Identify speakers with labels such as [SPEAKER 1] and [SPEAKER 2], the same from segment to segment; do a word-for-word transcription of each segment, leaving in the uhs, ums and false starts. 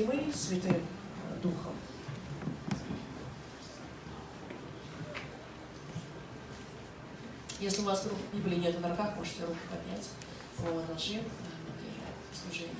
[SPEAKER 1] водимый Святым Духом. Если у вас вдруг Библии нет на руках, можете руку поднять по одолжению служения.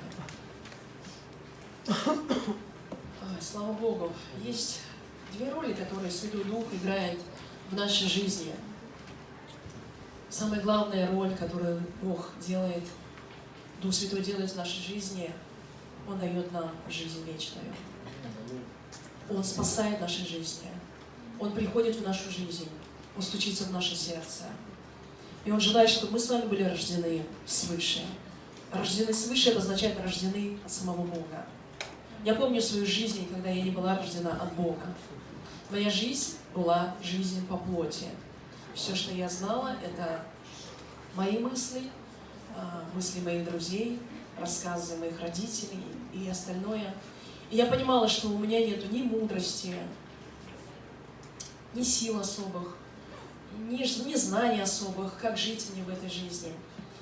[SPEAKER 1] Ой, слава Богу, есть две роли, которые Святой Дух играет в нашей жизни. Самая главная роль, которую Бог делает, Дух Святой делает в нашей жизни, Он дает нам жизнь вечную. Он спасает наши жизни. Он приходит в нашу жизнь. Он стучится в наше сердце. И Он желает, чтобы мы с вами были рождены свыше. Рождены свыше, это означает рождены от самого Бога. Я помню свою жизнь, когда я не была рождена от Бога. Моя жизнь была жизнь по плоти. Все, что я знала, это мои мысли, мысли моих друзей, рассказы моих родителей и остальное. И я понимала, что у меня нет ни мудрости, ни сил особых, ни, ни знаний особых, как жить мне в этой жизни.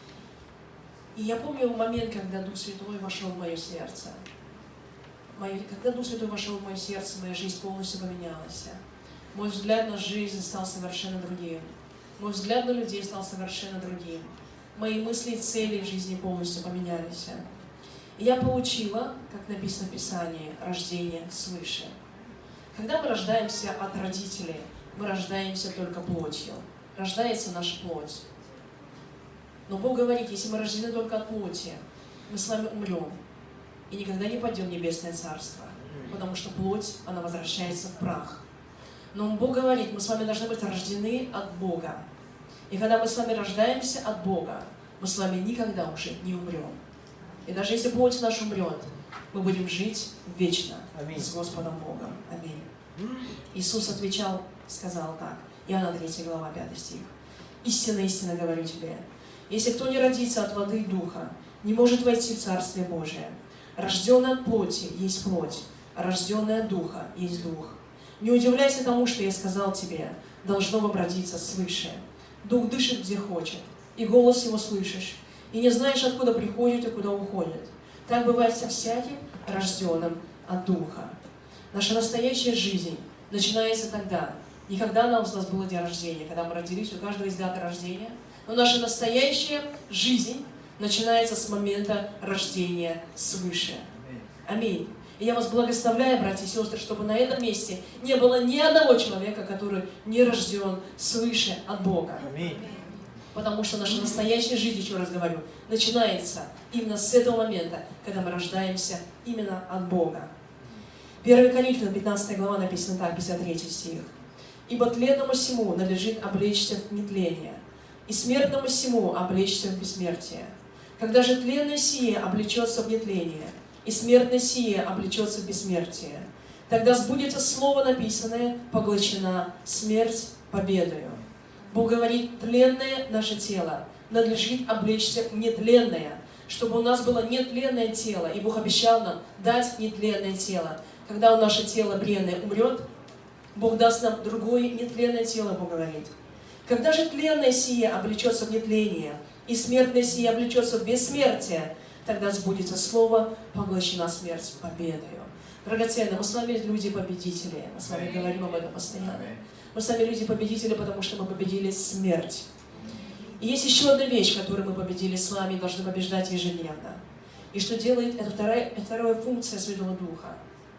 [SPEAKER 1] И я помню момент, когда Дух Святой вошел в мое сердце. Мое, когда Дух Святой вошел в мое сердце, моя жизнь полностью поменялась. Мой взгляд на жизнь стал совершенно другим. Мой взгляд на людей стал совершенно другим. Мои мысли и цели в жизни полностью поменялись. И я получила, как написано в Писании, рождение свыше. Когда мы рождаемся от родителей, мы рождаемся только плотью. Рождается наша плоть. Но Бог говорит, если мы рождены только от плоти, мы с вами умрем и никогда не пойдем в Небесное Царство, потому что плоть, она возвращается в прах. Но Бог говорит, мы с вами должны быть рождены от Бога. И когда мы с вами рождаемся от Бога, мы с вами никогда уже не умрем. И даже если плоть наша умрет, мы будем жить вечно Аминь. С Господом Богом. Аминь. Иисус отвечал, сказал так, Иоанна третья глава, пятый стих. «Истинно, истинно говорю тебе, если кто не родится от воды и духа, не может войти в Царствие Божие. Рожденный от плоти есть плоть, а рожденный от духа есть дух. Не удивляйся тому, что я сказал тебе, должно обратиться свыше. Дух дышит, где хочет, и голос его слышишь, и не знаешь, откуда приходит и куда уходит. Так бывает со всяким, рожденным от духа». Наша настоящая жизнь начинается тогда, не когда у нас было день рождения, когда мы родились, у каждого есть дата рождения, но наша настоящая жизнь начинается с момента рождения свыше. Аминь. И я вас благословляю, братья и сестры, чтобы на этом месте не было ни одного человека, который не рожден свыше от Бога. Аминь. Потому что наша настоящая жизнь, еще раз говорю, начинается именно с этого момента, когда мы рождаемся именно от Бога. первое Коринфянам, пятнадцатая глава, написано так, пятьдесят третий стих. «Ибо тленному сему надлежит облечься в нетление, и смертному сему облечься в бессмертие. Когда же тленное сие облечется в нетление, и смертное сие облечется в бессмертие, тогда сбудется слово написанное, поглощена смерть победою». Бог говорит, тленное наше тело надлежит облечься в нетленное, чтобы у нас было нетленное тело, и Бог обещал нам дать нетленное тело. Когда наше тело бренное умрет, Бог даст нам другое нетленное тело, Бог говорит. Когда же тленное сие облечется в нетление, и смертное сие облечется в бессмертие, тогда сбудется слово, поглощена смерть победою. Драгоценные, мы с вами люди-победители, мы с вами говорим об этом постоянно. Мы с вами люди-победители, потому что мы победили смерть. И есть еще одна вещь, которую мы победили с вами, должны побеждать ежедневно. И что делает, это вторая, это вторая функция Святого Духа.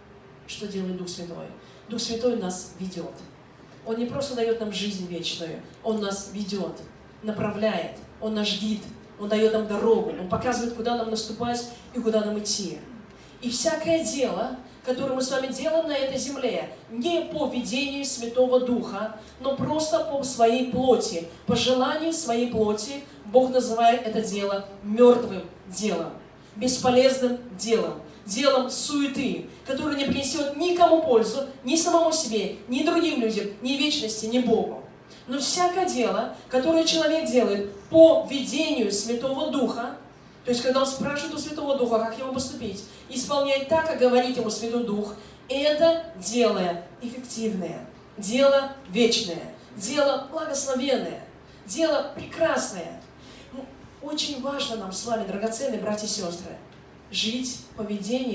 [SPEAKER 1] Что делает Дух Святой? Дух Святой нас ведет. Он не просто дает нам жизнь вечную, Он нас ведет, направляет, Он наш гид, Он дает нам дорогу, Он показывает, куда нам наступать и куда нам идти. И всякое дело, которое мы с вами делаем на этой земле, не по ведению Святого Духа, но просто по своей плоти, по желанию своей плоти, Бог называет это дело мертвым делом, бесполезным делом, делом суеты, которое не принесет никому пользу, ни самому себе, ни другим людям, ни вечности, ни Богу. Но всякое дело, которое человек делает по ведению Святого Духа, то есть, когда он спрашивает у Святого Духа, как ему поступить, исполняет так, как говорит ему Святой Дух, это дело эффективное, дело вечное, дело благословенное, дело прекрасное. Очень важно нам с вами, драгоценные братья и сестры, жить по ведению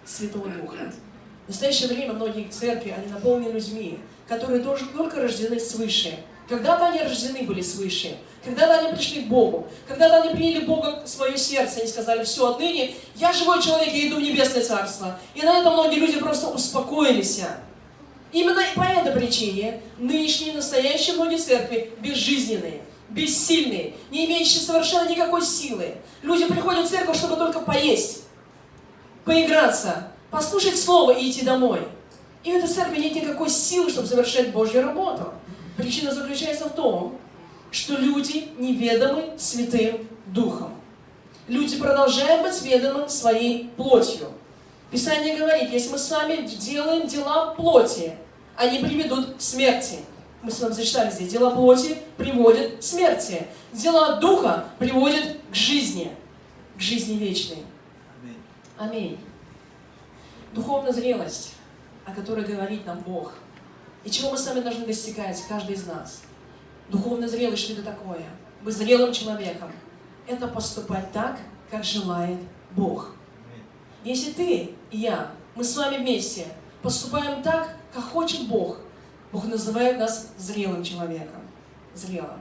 [SPEAKER 1] Святого Духа. В настоящее время многие церкви, они наполнены людьми, которые тоже только рождены свыше. Когда-то они рождены были свыше, когда-то они пришли к Богу, когда-то они приняли Бога в свое сердце, они сказали: все, отныне я живой человек, я иду в небесное царство. И на этом многие люди просто успокоились. Именно по этой причине нынешние, настоящие многие церкви безжизненные, бессильные, не имеющие совершенно никакой силы. Люди приходят в церковь, чтобы только поесть, поиграться, послушать Слово и идти домой. И в этой церкви нет никакой силы, чтобы совершать Божью работу. Причина заключается в том, что люди неведомы Святым Духом. Люди продолжают быть ведомы своей плотью. Писание говорит: если мы с вами делаем дела плоти, они приведут к смерти. Мы с вами зачитали здесь: дела плоти приводят к смерти. Дела Духа приводят к жизни, к жизни вечной. Аминь. Духовная зрелость, о которой говорит нам Бог, и чего мы с вами должны достигать, каждый из нас. Духовная зрелость, что это такое? Быть зрелым человеком – это поступать так, как желает Бог. Если ты и я, мы с вами вместе поступаем так, как хочет Бог, Бог называет нас зрелым человеком. Зрелым.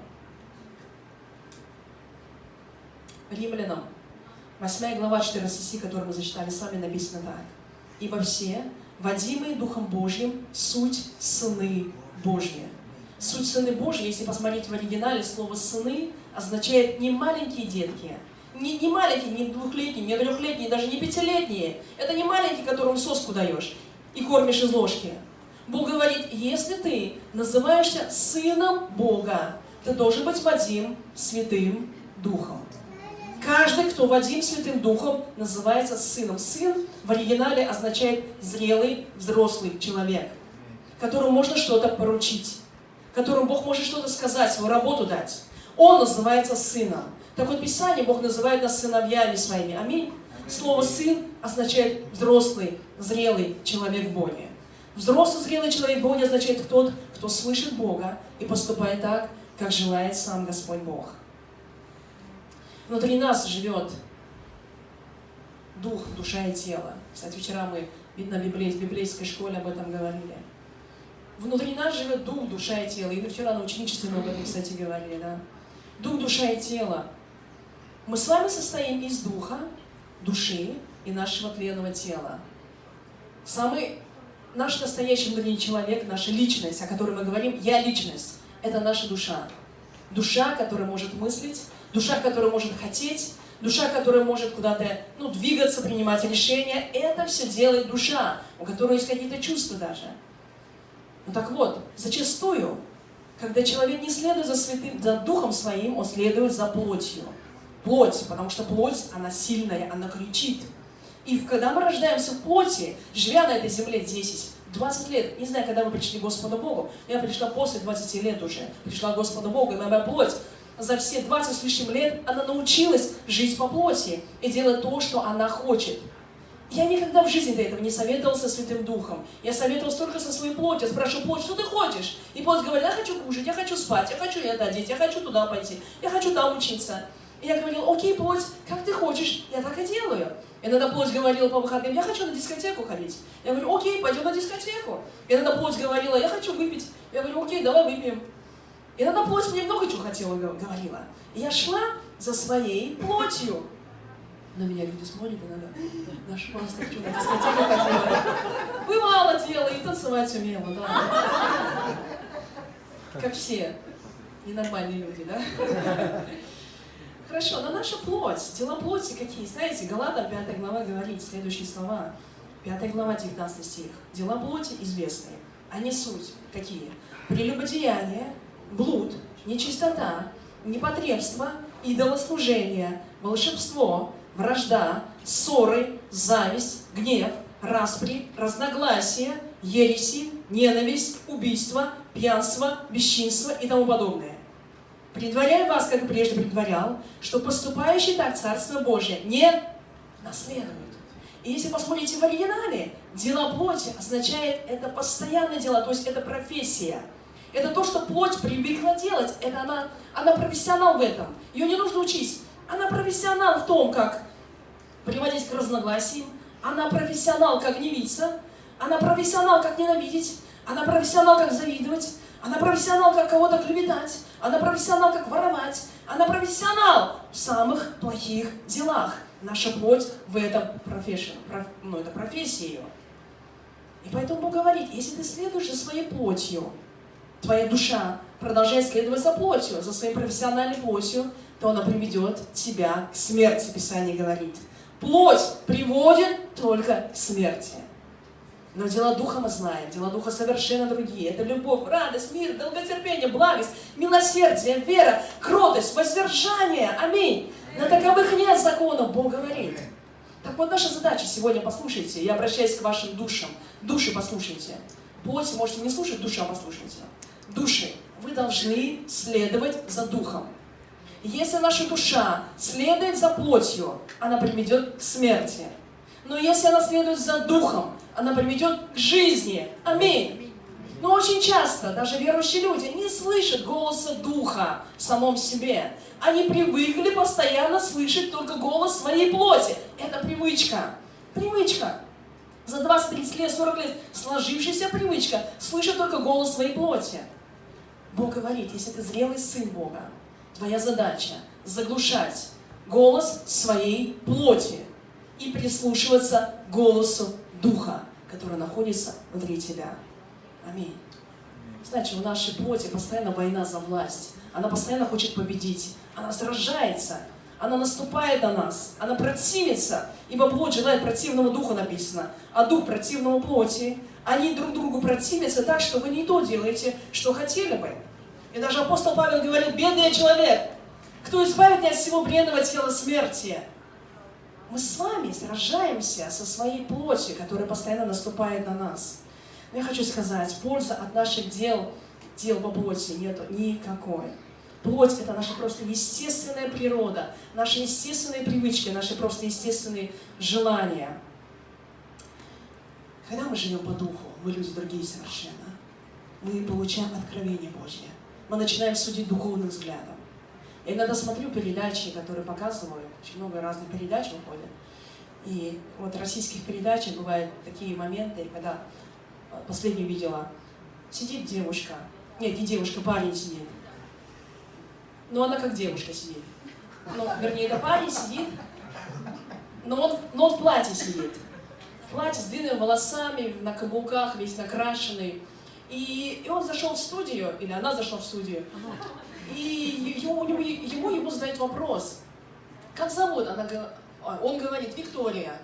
[SPEAKER 1] Римлянам, восьмая глава, четырнадцатый стих, который мы зачитали с вами, написано так: «Ибо все, водимые Духом Божьим, суть сыны Божьи». Суть сыны Божьи, если посмотреть в оригинале, слово «сыны» означает не маленькие детки, не, не маленькие, не двухлетние, не трехлетние, даже не пятилетние. Это не маленькие, которым соску даешь и кормишь из ложки. Бог говорит: если ты называешься сыном Бога, ты должен быть водим Святым Духом. Каждый, кто водим Святым Духом, называется сыном. Сын в оригинале означает зрелый, взрослый человек, которому можно что-то поручить, которому Бог может что-то сказать, свою работу дать. Он называется сыном. Так вот, Писание, Бог называет нас сыновьями своими. Аминь. Слово «сын» означает взрослый, зрелый человек в Боге. Взрослый, зрелый человек в Боге означает тот, кто слышит Бога и поступает так, как желает сам Господь Бог. Внутри нас живет дух, душа и тело. Кстати, вчера мы на библейской школе об этом говорили. Внутри нас живет дух, душа и тело. И вчера на ученичестве мы об этом, кстати, говорили. Да? Дух, душа и тело. Мы с вами состоим из духа, души и нашего тленного тела. Самый наш настоящий внутренний человек, наша личность, о которой мы говорим, я личность, это наша душа. Душа, которая может мыслить, душа, которая может хотеть, душа, которая может куда-то ну, двигаться, принимать решения. Это все делает душа, у которой есть какие-то чувства даже. Ну так вот, зачастую, когда человек не следует за святым, за духом своим, он следует за плотью. Плоть, потому что плоть, она сильная, она кричит. И когда мы рождаемся в плоти, живя на этой земле десять-двадцать лет, не знаю, когда мы пришли к Господу Богу, я пришла после двадцати лет уже, пришла к Господу Богу, и моя плоть за все двадцать с лишним лет, она научилась жить по плоти и делать то, что она хочет. Я никогда в жизни до этого не советовался со Святым Духом. Я советовался только со своей плотью. Я спрашиваю плоть: что ты хочешь? И плоть говорит: я хочу кушать, я хочу спать, я хочу это одеть, я хочу туда пойти, я хочу там учиться. И я говорила: окей, плоть, как ты хочешь, я так и делаю. Иногда плоть говорила по выходным: я хочу на дискотеку ходить. Я говорю: окей, пойдем на дискотеку. Иногда плоть говорила: я хочу выпить. Я говорю: окей, давай выпьем. Иногда плоть мне много чего хотела, говорила. И я шла за своей плотью. На меня люди смотрят иногда: наш пастор что, на дискотеку ходила? Бывало дело, и танцевать умела, да. Как все ненормальные люди, да? Хорошо, но наша плоть, дела плоти какие? Знаете, Галатам пятая глава говорит следующие слова. пятая глава, девятнадцатый стих. Дела плоти известные. Они суть какие? Прелюбодеяние, блуд, нечистота, непотребство, идолослужение, волшебство, вражда, ссоры, зависть, гнев, распри, разногласия, ереси, ненависть, убийство, пьянство, бесчинство и тому подобное. Предваряю вас, как и прежде предварял, что поступающий так Царство Божие не наследует. И если посмотрите в оригинале, дела плоти означает это постоянные дела, то есть это профессия. Это то, что плоть привыкла делать. Это она, она профессионал в этом. Ее не нужно учить. Она профессионал в том, как приводить к разногласиям. Она профессионал, как гневиться. Она профессионал, как ненавидеть. Она профессионал, как завидовать. Она профессионал, как кого-то клеветать. Она профессионал, как воровать. Она профессионал в самых плохих делах. Наша плоть в этом профессии, ну, это профессия ее. И поэтому Бог говорит, если ты следуешь за своей плотью, твоя душа продолжает следовать за плотью, за своей профессиональной плотью, то она приведет тебя к смерти, Писание говорит. Плоть приводит только к смерти. Но дела Духа мы знаем, дела Духа совершенно другие. Это любовь, радость, мир, долготерпение, благость, милосердие, вера, кротость, воздержание. Аминь. На таковых нет закона, Бог говорит. Так вот, наша задача сегодня, послушайте, я обращаюсь к вашим душам. Души, послушайте. Плоть можете не слушать, душа послушайте. Души, вы должны следовать за Духом. Если наша душа следует за плотью, она приведет к смерти. Но если она следует за Духом, она приведет к жизни. Аминь. Но очень часто даже верующие люди не слышат голоса Духа в самом себе. Они привыкли постоянно слышать только голос своей плоти. Это привычка. Привычка. За двадцать, тридцать лет, сорок лет сложившаяся привычка слышать только голос своей плоти. Бог говорит, если ты зрелый сын Бога, твоя задача заглушать голос своей плоти и прислушиваться к голосу Духа, который находится внутри тебя. Аминь. Знаете, у нашей плоти постоянно война за власть. Она постоянно хочет победить. Она сражается. Она наступает на нас. Она противится. Ибо плоть желает противного духа, написано. А дух противному плоти. Они друг другу противятся так, что вы не то делаете, что хотели бы. И даже апостол Павел говорил, бедный человек, кто избавит меня от всего бренного тела смерти? Мы с вами сражаемся со своей плотью, которая постоянно наступает на нас. Но я хочу сказать, пользы от наших дел, дел по плоти нету никакой. Плоть – это наша просто естественная природа, наши естественные привычки, наши просто естественные желания. Когда мы живем по духу, мы люди другие совершенно. Мы получаем откровение Божье. Мы начинаем судить духовным взглядом. Я иногда смотрю передачи, которые показывают, очень много разных передач выходит. И вот в российских передачах бывают такие моменты, когда последнюю видела, сидит девушка, нет, не девушка, парень сидит. Но она как девушка сидит. Ну, вернее, это парень сидит, но он, но он в платье сидит. В платье с длинными волосами, на каблуках, весь накрашенный. И, и он зашел в студию, или она зашла в студию, и ему, ему, ему, ему задают вопрос, как зовут? Она, он говорит, Виктория.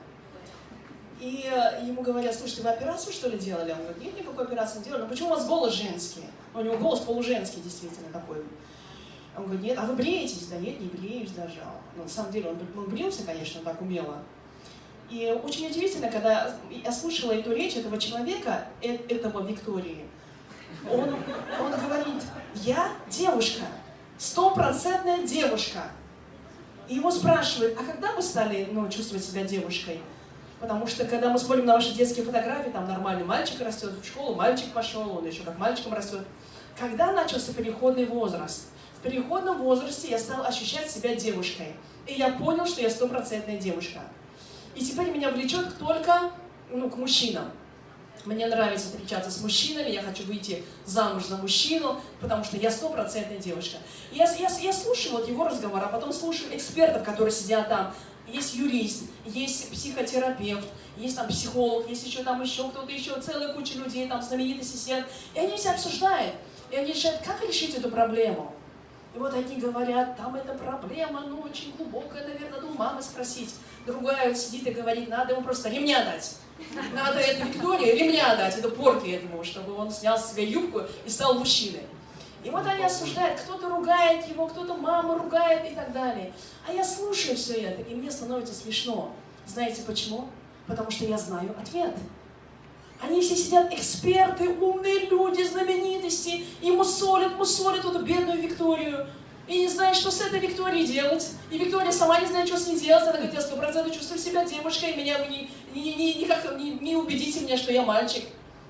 [SPEAKER 1] И ему говорят, слушайте, вы операцию что ли делали? Он говорит, нет, никакой операции не делали. Но почему у вас голос женский? У него голос полуженский действительно такой. Он говорит, нет, а вы бреетесь? Да нет, не бреюсь даже. Но на самом деле он, он брился, конечно, так умело. И очень удивительно, когда я слушала эту речь этого человека, этого Виктории, он, он говорит, я девушка, стопроцентная девушка. И его спрашивают, а когда вы стали ну, чувствовать себя девушкой? Потому что, когда мы смотрим на ваши детские фотографии, там нормальный мальчик растет, в школу мальчик пошел, он еще как мальчиком растет. Когда начался переходный возраст? В переходном возрасте я стал ощущать себя девушкой. И я понял, что я стопроцентная девушка. И теперь меня влечет только ну, к мужчинам. Мне нравится встречаться с мужчинами, я хочу выйти замуж за мужчину, потому что я стопроцентная девушка. Я, я, я слушаю вот его разговор, а потом слушаю экспертов, которые сидят там. Есть юрист, есть психотерапевт, есть там психолог, есть еще там еще кто-то еще, целая куча людей, там знаменитости сидят. И они все обсуждают, и они решают, как решить эту проблему. И вот одни говорят, там эта проблема, ну, очень глубокая, наверное, ну, мамы спросить. Другая сидит и говорит, надо ему просто ремня дать. Надо этой Виктории ремня дать, это порки этому, чтобы он снял с себя юбку и стал мужчиной. И вот они осуждают, кто-то ругает его, кто-то маму ругает и так далее. А я слушаю все это, и мне становится смешно. Знаете почему? Потому что я знаю ответ. Они все сидят, эксперты, умные люди, знаменитости, и мусолят, мусолят эту бедную Викторию. И не знает, что с этой Викторией делать. И Виктория сама не знает, что с ней делать. Она говорит, я сто процентов чувствую себя девушкой, и меня вы не, не, не, никак не, не убедите меня, что я мальчик.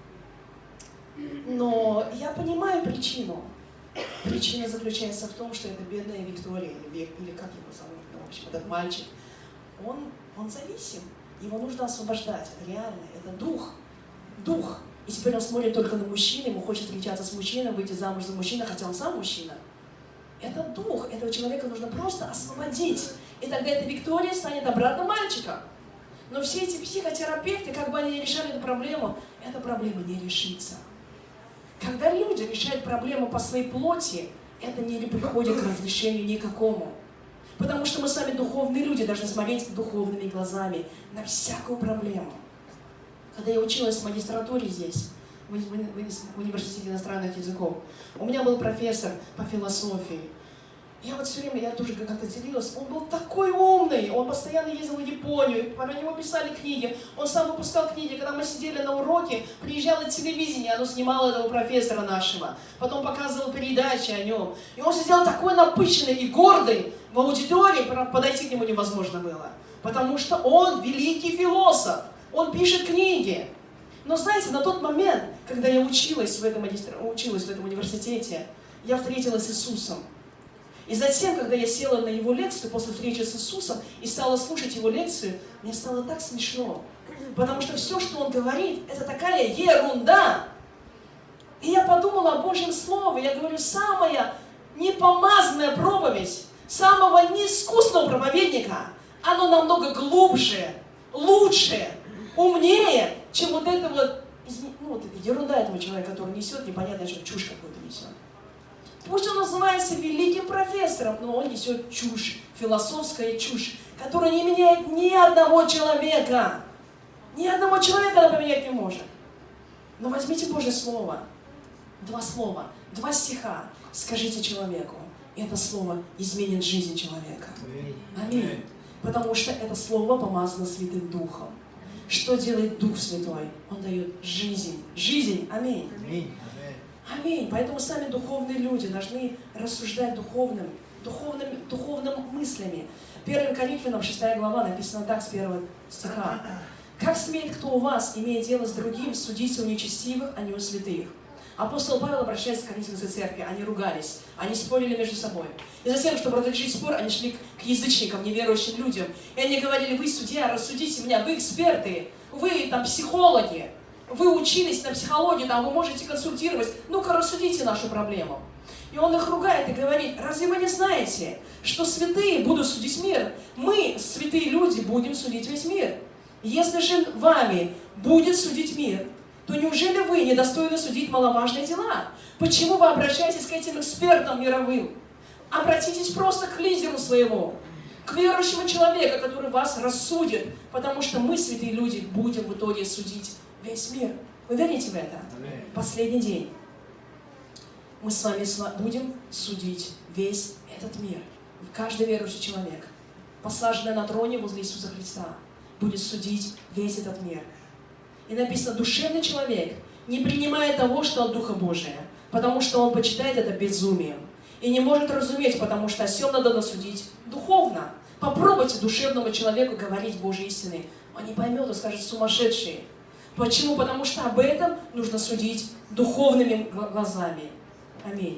[SPEAKER 1] Но я понимаю причину. Причина заключается в том, что эта бедная Виктория, или, или как его зовут, ну, в общем, этот мальчик, он, он зависим. Его нужно освобождать. Это реально, это дух. Дух. И теперь он смотрит только на мужчину, ему хочет встречаться с мужчиной, выйти замуж за мужчину, хотя он сам мужчина. Это дух. Этого человека нужно просто освободить. И тогда эта Виктория станет обратно мальчиком. Но все эти психотерапевты, как бы они ни решали эту проблему, эта проблема не решится. Когда люди решают проблему по своей плоти, это не приходит к разрешению никакому. Потому что мы с вами духовные люди, должны смотреть духовными глазами на всякую проблему. Когда я училась в магистратуре здесь, в университете иностранных языков, у меня был профессор по философии. Я вот все время, я тоже как-то делилась, он был такой умный, он постоянно ездил в Японию, про него писали книги, он сам выпускал книги, когда мы сидели на уроке, приезжало телевидение, оно снимало этого профессора нашего, потом показывало передачи о нем, и он сидел такой напыщенный и гордый, в аудитории подойти к нему невозможно было, потому что он великий философ, он пишет книги. Но знаете, на тот момент, когда я училась в этом, училась в этом университете, я встретилась с Иисусом. И затем, когда я села на его лекцию, после встречи с Иисусом, и стала слушать его лекцию, мне стало так смешно. Потому что все, что он говорит, это такая ерунда. И я подумала о Божьем Слове. Я говорю, самая непомазанная проповедь самого неискусного проповедника, оно намного глубже, лучше, умнее, чем вот это вот, ну, вот эта ерунда этого человека, который несет непонятно, что чушь какую-то несет. Пусть он называется великим профессором, но он несет чушь, философская чушь, которая не меняет ни одного человека. Ни одного человека она поменять не может. Но возьмите Божье Слово, два слова, два стиха, скажите человеку, и это слово изменит жизнь человека. Аминь. Потому что это слово помазано Святым Духом. Что делает Дух Святой? Он дает жизнь. Жизнь. Аминь. Аминь. Аминь. Поэтому сами духовные люди должны рассуждать духовным, духовным, духовным мыслями. первое Коринфянам, шестая глава, написано так с первого стиха. «Как смеет кто у вас, имея дело с другим, судить у нечестивых, а не у святых?» Апостол Павел обращается к Коринфянской церкви, они ругались, они спорили между собой. И затем, чтобы разрешить спор, они шли к язычникам, неверующим людям. И они говорили, вы судья, рассудите меня, вы эксперты, вы там психологи. Вы учились на психологии, там вы можете консультировать, ну-ка рассудите нашу проблему. И он их ругает и говорит, разве вы не знаете, что святые будут судить мир? Мы, святые люди, будем судить весь мир. Если же вами будет судить мир, то неужели вы недостойны судить маловажные дела? Почему вы обращаетесь к этим экспертам мировым? Обратитесь просто к лидеру своему, к верующему человеку, который вас рассудит, потому что мы, святые люди, будем в итоге судить весь мир. Вы верите в это? Последний день. Мы с вами будем судить весь этот мир. Каждый верующий человек, посаженный на троне возле Иисуса Христа, будет судить весь этот мир. И написано, душевный человек не принимает того, что от Духа Божия, потому что он почитает это безумием. И не может разуметь, потому что о сем надо судить духовно. Попробуйте душевному человеку говорить Божьей истины. Он не поймет, он скажет, сумасшедшие. Почему? Потому что об этом нужно судить духовными глазами. Аминь.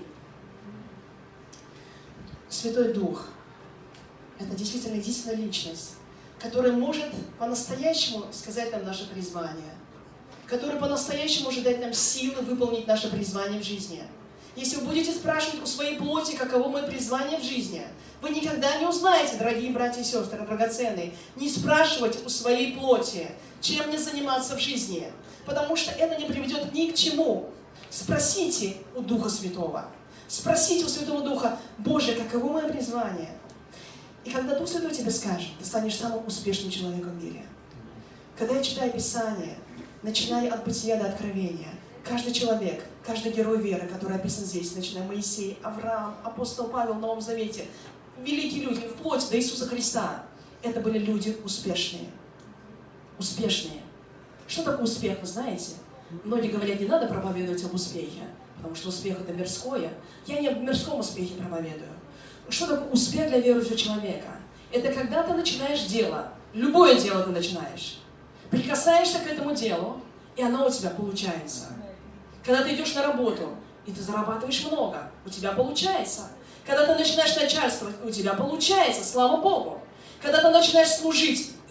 [SPEAKER 1] Святой Дух – это действительно единственная личность, которая может по-настоящему сказать нам наше призвание, который по-настоящему может дать нам силы выполнить наше призвание в жизни. Если вы будете спрашивать у своей плоти, каково мое призвание в жизни, вы никогда не узнаете, дорогие братья и сестры, драгоценные, не спрашивать у своей плоти, чем мне заниматься в жизни, потому что это не приведет ни к чему. Спросите у Духа Святого, спросите у Святого Духа, Боже, каково мое призвание? И когда Дух Святой тебе скажет, ты станешь самым успешным человеком в мире. Когда я читаю Писание, начиная от Бытия до Откровения, каждый человек, каждый герой веры, который описан здесь, начиная Моисей, Авраам, апостол Павел в Новом Завете, великие люди, вплоть до Иисуса Христа, это были люди успешные. Успешные. Что такое успех, вы знаете? Многие говорят, не надо проповедовать об успехе, потому что успех это мирское. Я не об мирском успехе проповедую. Что такое успех для верующего человека? Это когда ты начинаешь дело, любое дело ты начинаешь, прикасаешься к этому делу, и оно у тебя получается. Когда ты идешь на работу, и ты зарабатываешь много, у тебя получается. Когда ты начинаешь начальствовать, у тебя получается, слава Богу. Когда ты начинаешь служить,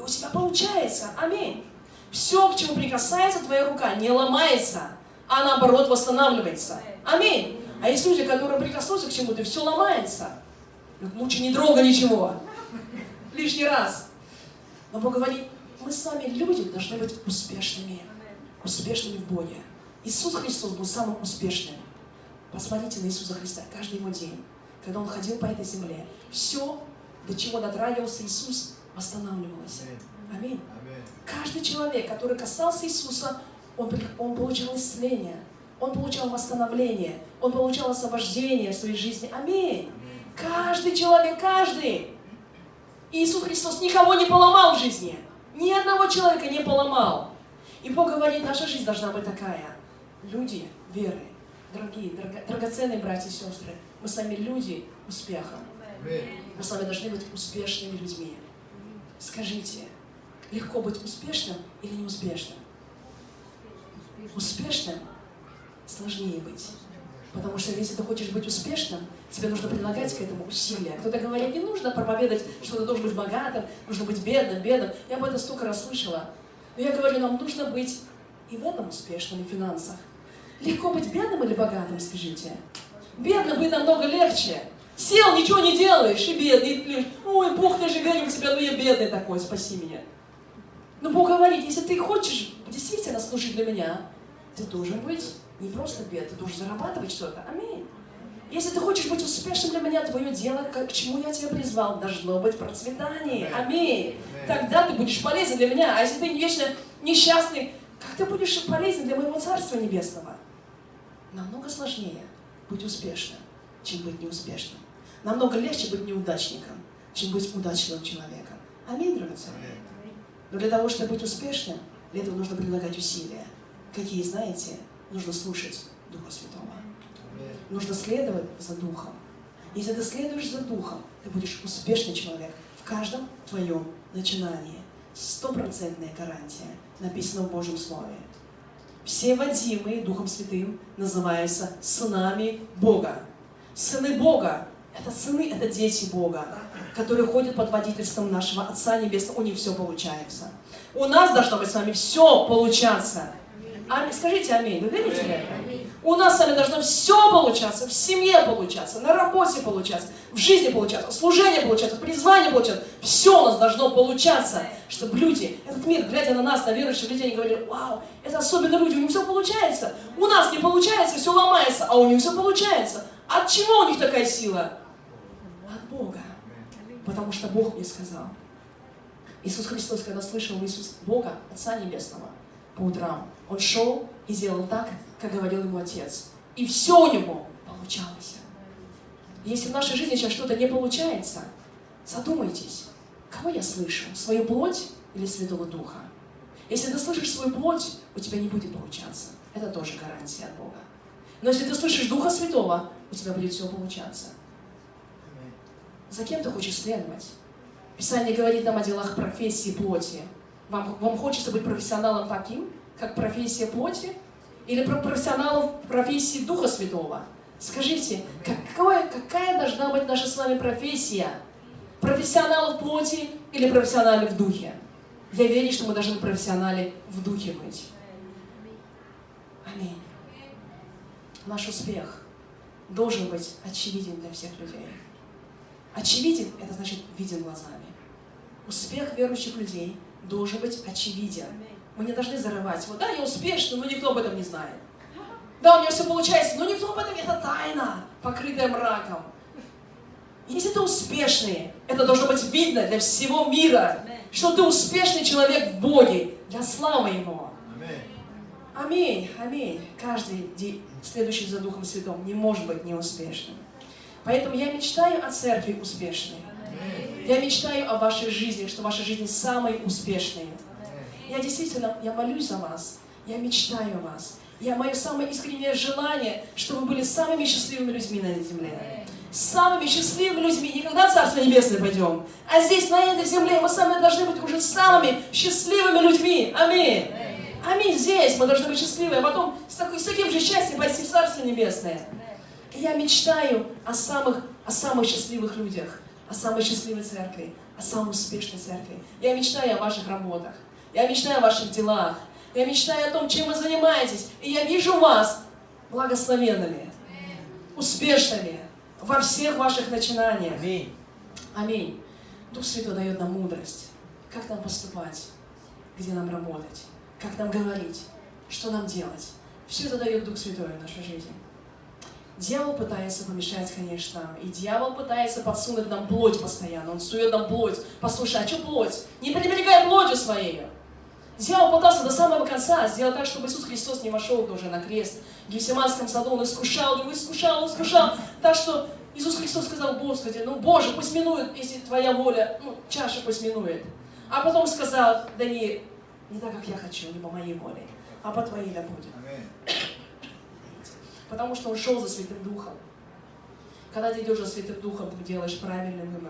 [SPEAKER 1] и у тебя получается. Аминь. Все, к чему прикасается твоя рука, не ломается, а наоборот восстанавливается. Аминь. А есть люди, которые прикоснулись к чему-то, и все ломается. Лучше не трогай ничего. Лишний раз. Но Бог говорит, мы с вами, люди, должны быть успешными. Успешными в Боге. Иисус Христос был самым успешным. Посмотрите на Иисуса Христа каждый его день, когда Он ходил по этой земле. Все, до чего дотрагивался Иисус, восстанавливалось. Аминь. Каждый человек, который касался Иисуса, он, он получал исцеление, он получал восстановление, он получал освобождение в своей жизни. Аминь. Каждый человек, каждый. Иисус Христос никого не поломал в жизни. Ни одного человека не поломал. И Бог говорит, наша жизнь должна быть такая. Люди веры, дорогие, дорого, драгоценные братья и сестры, мы с вами люди успеха. Мы с вами должны быть успешными людьми. Скажите, легко быть успешным или неуспешным? Успешным сложнее быть. Потому что если ты хочешь быть успешным, тебе нужно прилагать к этому усилия. Кто-то говорит, не нужно проповедовать, что ты должен быть богатым, нужно быть бедным, бедным. Я об этом столько раз слышала. Но я говорю, нам нужно быть и в этом успешным, в финансах. Легко быть бедным или богатым, скажите? Бедным быть намного легче. Сел, ничего не делаешь, и бедный. Ой, Бог, ты же верил в тебя, но я бедный такой, спаси меня. Но Бог говорит, если ты хочешь действительно служить для меня, ты должен быть не просто бедный, ты должен зарабатывать что-то. Аминь. Если ты хочешь быть успешным для меня, твое дело, к чему я тебя призвал, должно быть процветание. Аминь. Тогда ты будешь полезен для меня. А если ты вечно несчастный, как ты будешь полезен для моего Царства Небесного? Намного сложнее быть успешным, чем быть неуспешным. Намного легче быть неудачником, чем быть удачливым человеком. Аминь, драгоценные. Но для того, чтобы быть успешным, для этого нужно прилагать усилия. Какие, знаете, нужно слушать Духа Святого. Нужно следовать за Духом. Если ты следуешь за Духом, ты будешь успешный человек в каждом твоем начинании. Стопроцентная гарантия, написано в Божьем Слове. Все водимые Духом Святым называются сынами Бога. Сыны Бога – это сыны, это дети Бога, которые ходят под водительством нашего Отца Небесного. У них все получается. У нас должно быть с вами все получаться. Аминь. Скажите аминь. Вы верите в это? У нас с вами должно все получаться, в семье получаться, на работе получаться, в жизни получаться, в служении получаться, в призвании получаться. Все у нас должно получаться, чтобы люди, этот мир, глядя на нас, на верующих людей, они говорили, вау, это особенно люди, у них все получается. У нас не получается, все ломается, а у них все получается. От чего у них такая сила? От Бога. Потому что Бог мне сказал. Иисус Христос, когда слышал Иисус Бога, Отца Небесного, по утрам, Он шел и делал так, как говорил ему Отец. И все у него получалось. Если в нашей жизни сейчас что-то не получается, задумайтесь, кого я слышу? Свою плоть или Святого Духа? Если ты слышишь свою плоть, у тебя не будет получаться. Это тоже гарантия от Бога. Но если ты слышишь Духа Святого, у тебя будет все получаться. За кем ты хочешь следовать? Писание говорит нам о делах профессии плоти. Вам, вам хочется быть профессионалом таким, как профессия плоти? Или профессионалов профессии Духа Святого? Скажите, какое, какая должна быть наша с вами профессия? Профессионалы в плоти или профессионалы в духе? Я верю, что мы должны профессионалы в духе быть. Аминь. Наш успех должен быть очевиден для всех людей. Очевиден – это значит виден глазами. Успех верующих людей должен быть очевиден. Мы не должны зарывать. Вот да, я успешный, но никто об этом не знает. Да, у меня все получается, но никто об этом, это тайна, покрытая мраком. Если ты успешный, это должно быть видно для всего мира, что ты успешный человек в Боге, для славы Его. Аминь, аминь. Каждый, следующий за Духом Святым, не может быть неуспешным. Поэтому я мечтаю о церкви успешной. Я мечтаю о вашей жизни, что ваша жизнь самой успешной. Я действительно, я молюсь за вас, я мечтаю о вас. Я, мое самое искреннее желание, чтобы вы были самыми счастливыми людьми на этой земле. Самыми счастливыми людьми. Не когда в Царство Небесное пойдем, а здесь, на этой земле, мы сами должны быть уже самыми счастливыми людьми. Аминь. Аминь. Здесь мы должны быть счастливы, а потом с, такой, с таким же счастьем пойти в Царство Небесное. И я мечтаю о самых, о самых счастливых людях, о самой счастливой церкви, о самой успешной церкви. Я мечтаю о ваших работах. Я мечтаю о ваших делах. Я мечтаю о том, чем вы занимаетесь. И я вижу вас благословенными, успешными во всех ваших начинаниях.
[SPEAKER 2] Аминь.
[SPEAKER 1] Аминь. Дух Святой дает нам мудрость. Как нам поступать, где нам работать, как нам говорить, что нам делать. Все это дает Дух Святой в нашей жизни. Дьявол пытается помешать, конечно, и дьявол пытается подсунуть нам плоть постоянно. Он сует нам плоть. Послушай, а что плоть? Не пренебрегай плотью своей. Дьявол пытался до самого конца сделать так, чтобы Иисус Христос не вошел тоже на крест. В Гефсиманском саду он искушал его, искушал, искушал. Так что Иисус Христос сказал: Господи, ну Боже, пусть минует, если Твоя воля, ну чаша пусть минует. А потом сказал: да не, не так, как я хочу, не по моей воле, а по Твоей да будет. Потому что он шел за Святым Духом. Когда ты идешь за Святым Духом, ты делаешь правильный выбор.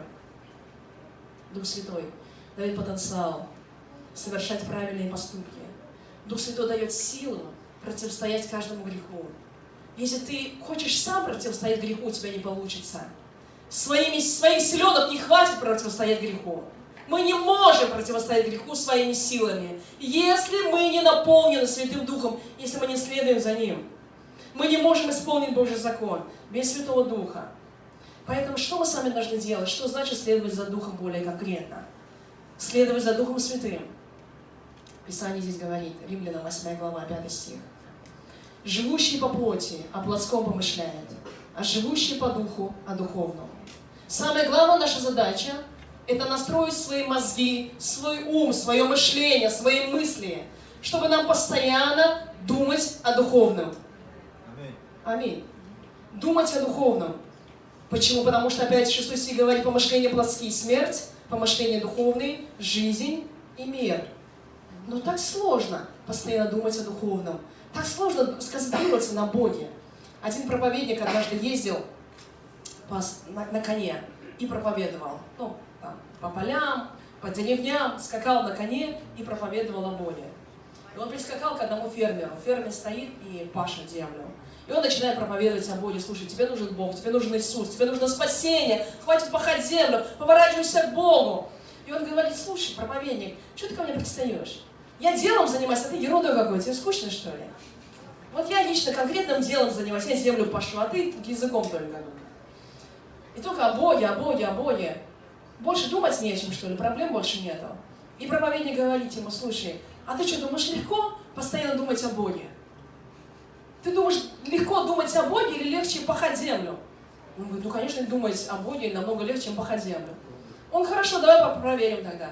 [SPEAKER 1] Дух Святой дает потенциал совершать правильные поступки. Дух Святой дает силу противостоять каждому греху. Если ты хочешь сам противостоять греху, у тебя не получится. Своими, своих силенок не хватит противостоять греху. Мы не можем противостоять греху своими силами, если мы не наполнены Святым Духом, если мы не следуем за Ним. Мы не можем исполнить Божий закон без Святого Духа. Поэтому что мы с вами должны делать? Что значит следовать за Духом более конкретно? Следовать за Духом Святым. Писание здесь говорит, Римлянам восьмая глава, пятый стих. «Живущий по плоти о плотском помышляет, а живущий по духу о духовном». Самая главная наша задача – это настроить свои мозги, свой ум, свое мышление, свои мысли, чтобы нам постоянно думать о духовном. Аминь. Думать о духовном. Почему? Потому что опять шестой стих говорит: помышления плотские – смерть, помышления духовные – жизнь и мир. Но так сложно постоянно думать о духовном. Так сложно сконцентрироваться на Боге. Один проповедник однажды ездил по, на, на коне и проповедовал. Ну, там, по полям, по деревням, скакал на коне и проповедовал о Боге. И он прискакал к одному фермеру. Фермер стоит и пашет землю. И он начинает проповедовать о Боге. Слушай, тебе нужен Бог, тебе нужен Иисус, тебе нужно спасение, хватит пахать землю, поворачивайся к Богу. И он говорит: слушай, проповедник, что ты ко мне пристаешь? Я делом занимаюсь, а ты ерундой какой-то. Тебе скучно, что ли? Вот я лично конкретным делом занимаюсь, я землю пашу, а ты языком только. И только о Боге, о Боге, о Боге. Больше думать не о чем, что ли, проблем больше нету. И проповедник говорит ему: слушай, а ты что, думаешь, легко постоянно думать о Боге? Ты думаешь, легко думать о Боге или легче пахать землю? Он говорит: ну, конечно, думать о Боге намного легче, чем пахать землю. Он: хорошо, давай проверим тогда.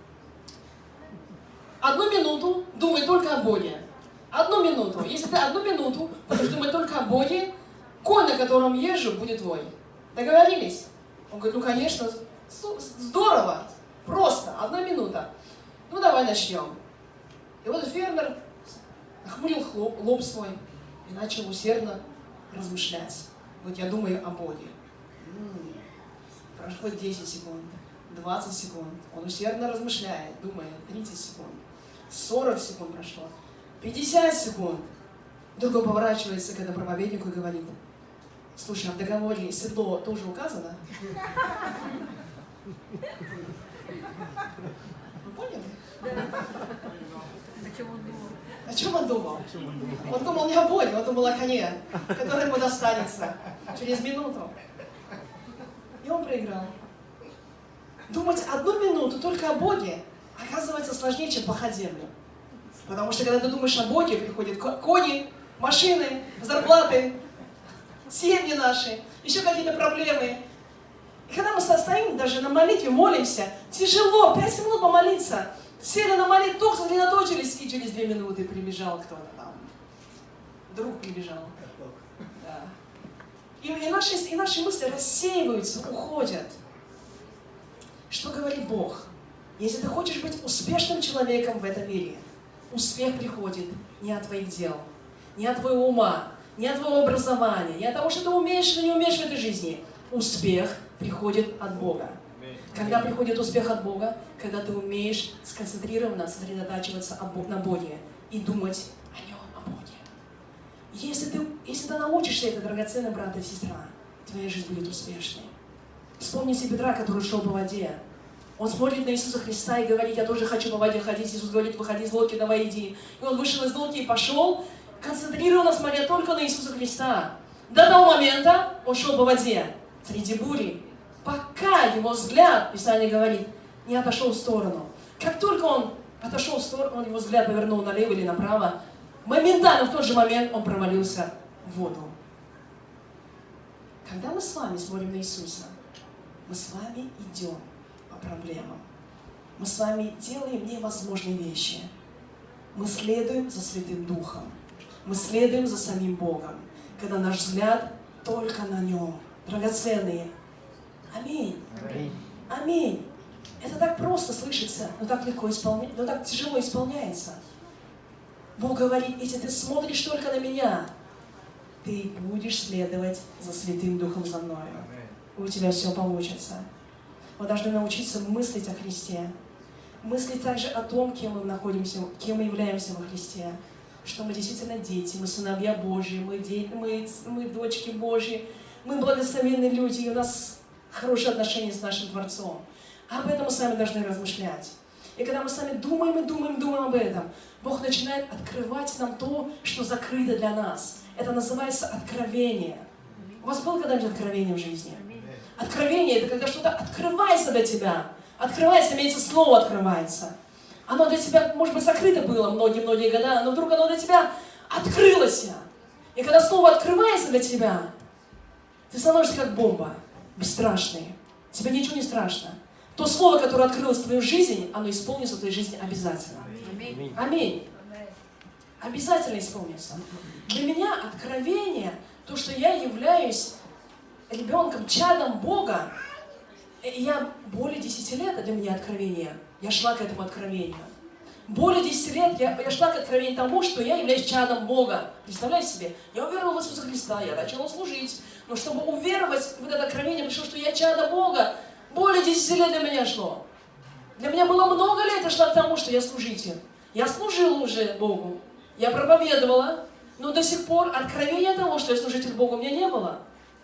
[SPEAKER 1] Одну минуту думай только о Боге. Одну минуту. Если ты одну минуту будешь думать только о Боге, конь, на котором езжу, будет твой. Договорились? Он говорит: ну, конечно, здорово, просто, одна минута. Ну, давай начнем. И вот фермер охмурил лоб свой и начал усердно размышлять. Вот я думаю о Боге. М-м-м. Прошло десять секунд, двадцать секунд. Он усердно размышляет, думает, тридцать секунд, сорок секунд прошло, пятьдесят секунд. Вдруг он поворачивается к этому проповеднику и говорит: слушай, а в договоре седло тоже указано? Вы поняли?
[SPEAKER 3] О чем он думал?
[SPEAKER 1] О чем он думал? Он думал не о Боге, он думал о коне, который ему достанется через минуту. И он проиграл. Думать одну минуту только о Боге оказывается сложнее, чем пахать землю. Потому что когда ты думаешь о Боге, приходят кони, машины, зарплаты, семьи наши, еще какие-то проблемы. И когда мы состоим даже на молитве, молимся, тяжело, пять минут помолиться. Сели на молитву, сосредоточились, и через две минуты прибежал кто-то там. Друг прибежал. Да. И, и, наши, и наши мысли рассеиваются, уходят. Что говорит Бог? Если ты хочешь быть успешным человеком в этом мире, успех приходит не от твоих дел, не от твоего ума, не от твоего образования, не от того, что ты умеешь или не умеешь в этой жизни. Успех приходит от Бога. Когда приходит успех от Бога, когда ты умеешь сконцентрированно сосредотачиваться на Боге и думать о Нем, о Боге. Если ты, если ты научишься это, драгоценный брат и сестра, твоя жизнь будет успешной. Вспомните Петра, который шел по воде. Он смотрит на Иисуса Христа и говорит: я тоже хочу по воде ходить. Иисус говорит: выходи из лодки, давай иди. И он вышел из лодки и пошел, концентрированно смотря только на Иисуса Христа. До того момента он шел по воде, среди бури, пока его взгляд, Писание говорит, не отошел в сторону. Как только он отошел в сторону, он его взгляд повернул налево или направо, моментально, в тот же момент он провалился в воду. Когда мы с вами смотрим на Иисуса, мы с вами идем по проблемам. Мы с вами делаем невозможные вещи. Мы следуем за Святым Духом. Мы следуем за самим Богом, когда наш взгляд только на Нем. Драгоценные. Аминь. Аминь. Аминь. Это так просто слышится, но так легко исполняется, но так тяжело исполняется. Бог говорит: если ты смотришь только на Меня, ты будешь следовать за Святым Духом за Мною. И у тебя все получится. Мы должны научиться мыслить о Христе. Мыслить также о том, кем мы находимся, кем мы являемся во Христе. Что мы действительно дети, мы сыновья Божьи, мы, дети, мы, мы дочки Божьи, мы благословенные люди, и у нас хорошие отношения с нашим Творцом. Об этом мы сами должны размышлять. И когда мы сами думаем и думаем, думаем об этом, Бог начинает открывать нам то, что закрыто для нас. Это называется откровение. У вас было когда-нибудь откровение в жизни? Откровение – это когда что-то открывается для тебя. Открывается, имеется слово открывается. Оно для тебя, может быть, закрыто было многие-многие года, но вдруг оно для тебя открылось. И когда слово открывается для тебя, ты становишься как бомба, бесстрашный. Тебе ничего не страшно. То слово, которое открылось в твою жизнь, оно исполнится в твоей жизни обязательно. Аминь. Аминь. Обязательно исполнится. Для меня откровение, то, что я являюсь ребенком, чадом Бога, я более десяти лет, для меня откровение. Я шла к этому откровению. Более десяти лет я, я шла к откровению тому, что я являюсь чадом Бога. Представляете себе? Я уверовала в Иисуса Христа, я начала служить. Но чтобы уверовать в это откровение, пришло, что я чадо Бога, более десяти лет для меня шло. Для меня было много лет, я шла к тому, что я служитель. Я служила уже Богу. Я проповедовала. Но до сих пор откровения того, что я служитель Богу, у меня не было.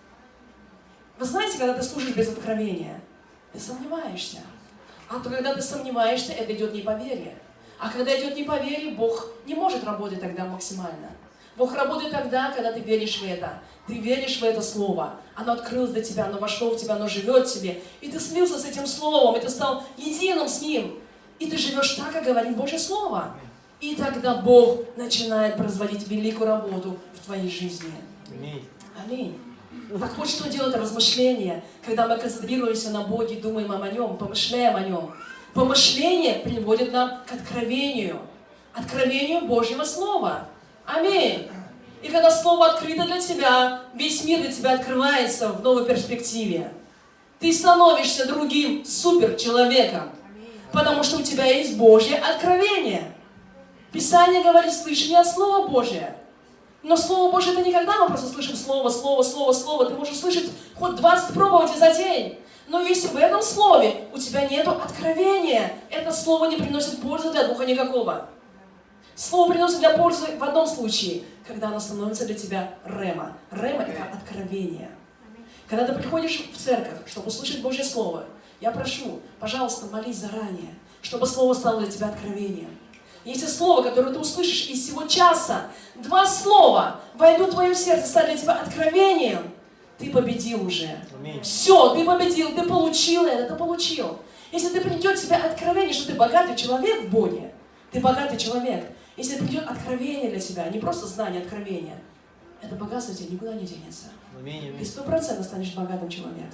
[SPEAKER 1] Вы знаете, когда ты служишь без откровения, ты сомневаешься. А то, когда ты сомневаешься, это идет не по вере. А когда идет не по вере, Бог не может работать тогда максимально. Бог работает тогда, когда ты веришь в это. Ты веришь в это слово. Оно открылось для тебя, оно вошло в тебя, оно живет в тебе. И ты слился с этим словом, и ты стал единым с ним. И ты живешь так, как говорит Божье Слово. И тогда Бог начинает производить великую работу в твоей жизни. Аминь. Аминь. Так вот, что делает размышление, когда мы концентрируемся на Боге, думаем о Нем, помышляем о Нем. Помышление приводит нам к откровению. Откровению Божьего Слова. Аминь. И когда Слово открыто для тебя, весь мир для тебя открывается в новой перспективе. Ты становишься другим суперчеловеком, потому что у тебя есть Божье откровение. Писание говорит: слышь не от Слова Божия. Но Слово Божие — это не когда мы просто слышим Слово, Слово, Слово, Слово. Ты можешь слышать хоть двадцать проповедей за день. Но если в этом Слове у тебя нет откровения, это Слово не приносит пользы для духа никакого. Слово приносит для пользы в одном случае, когда оно становится для тебя рема. Рема — это откровение. Когда ты приходишь в церковь, чтобы услышать Божье Слово, я прошу, пожалуйста, молись заранее, чтобы Слово стало для тебя откровением. Если слово, которое ты услышишь из всего часа, два слова войдут в твое сердце, станут для тебя откровением, ты победил уже. Аминь. Все, ты победил, ты получил это, ты получил. Если ты придет в тебя откровение, что ты богатый человек в Боге, ты богатый человек. Если придет откровение для тебя, не просто знание, откровение, это богатство тебе никуда не денется. Аминь. Ты сто процентов станешь богатым человеком.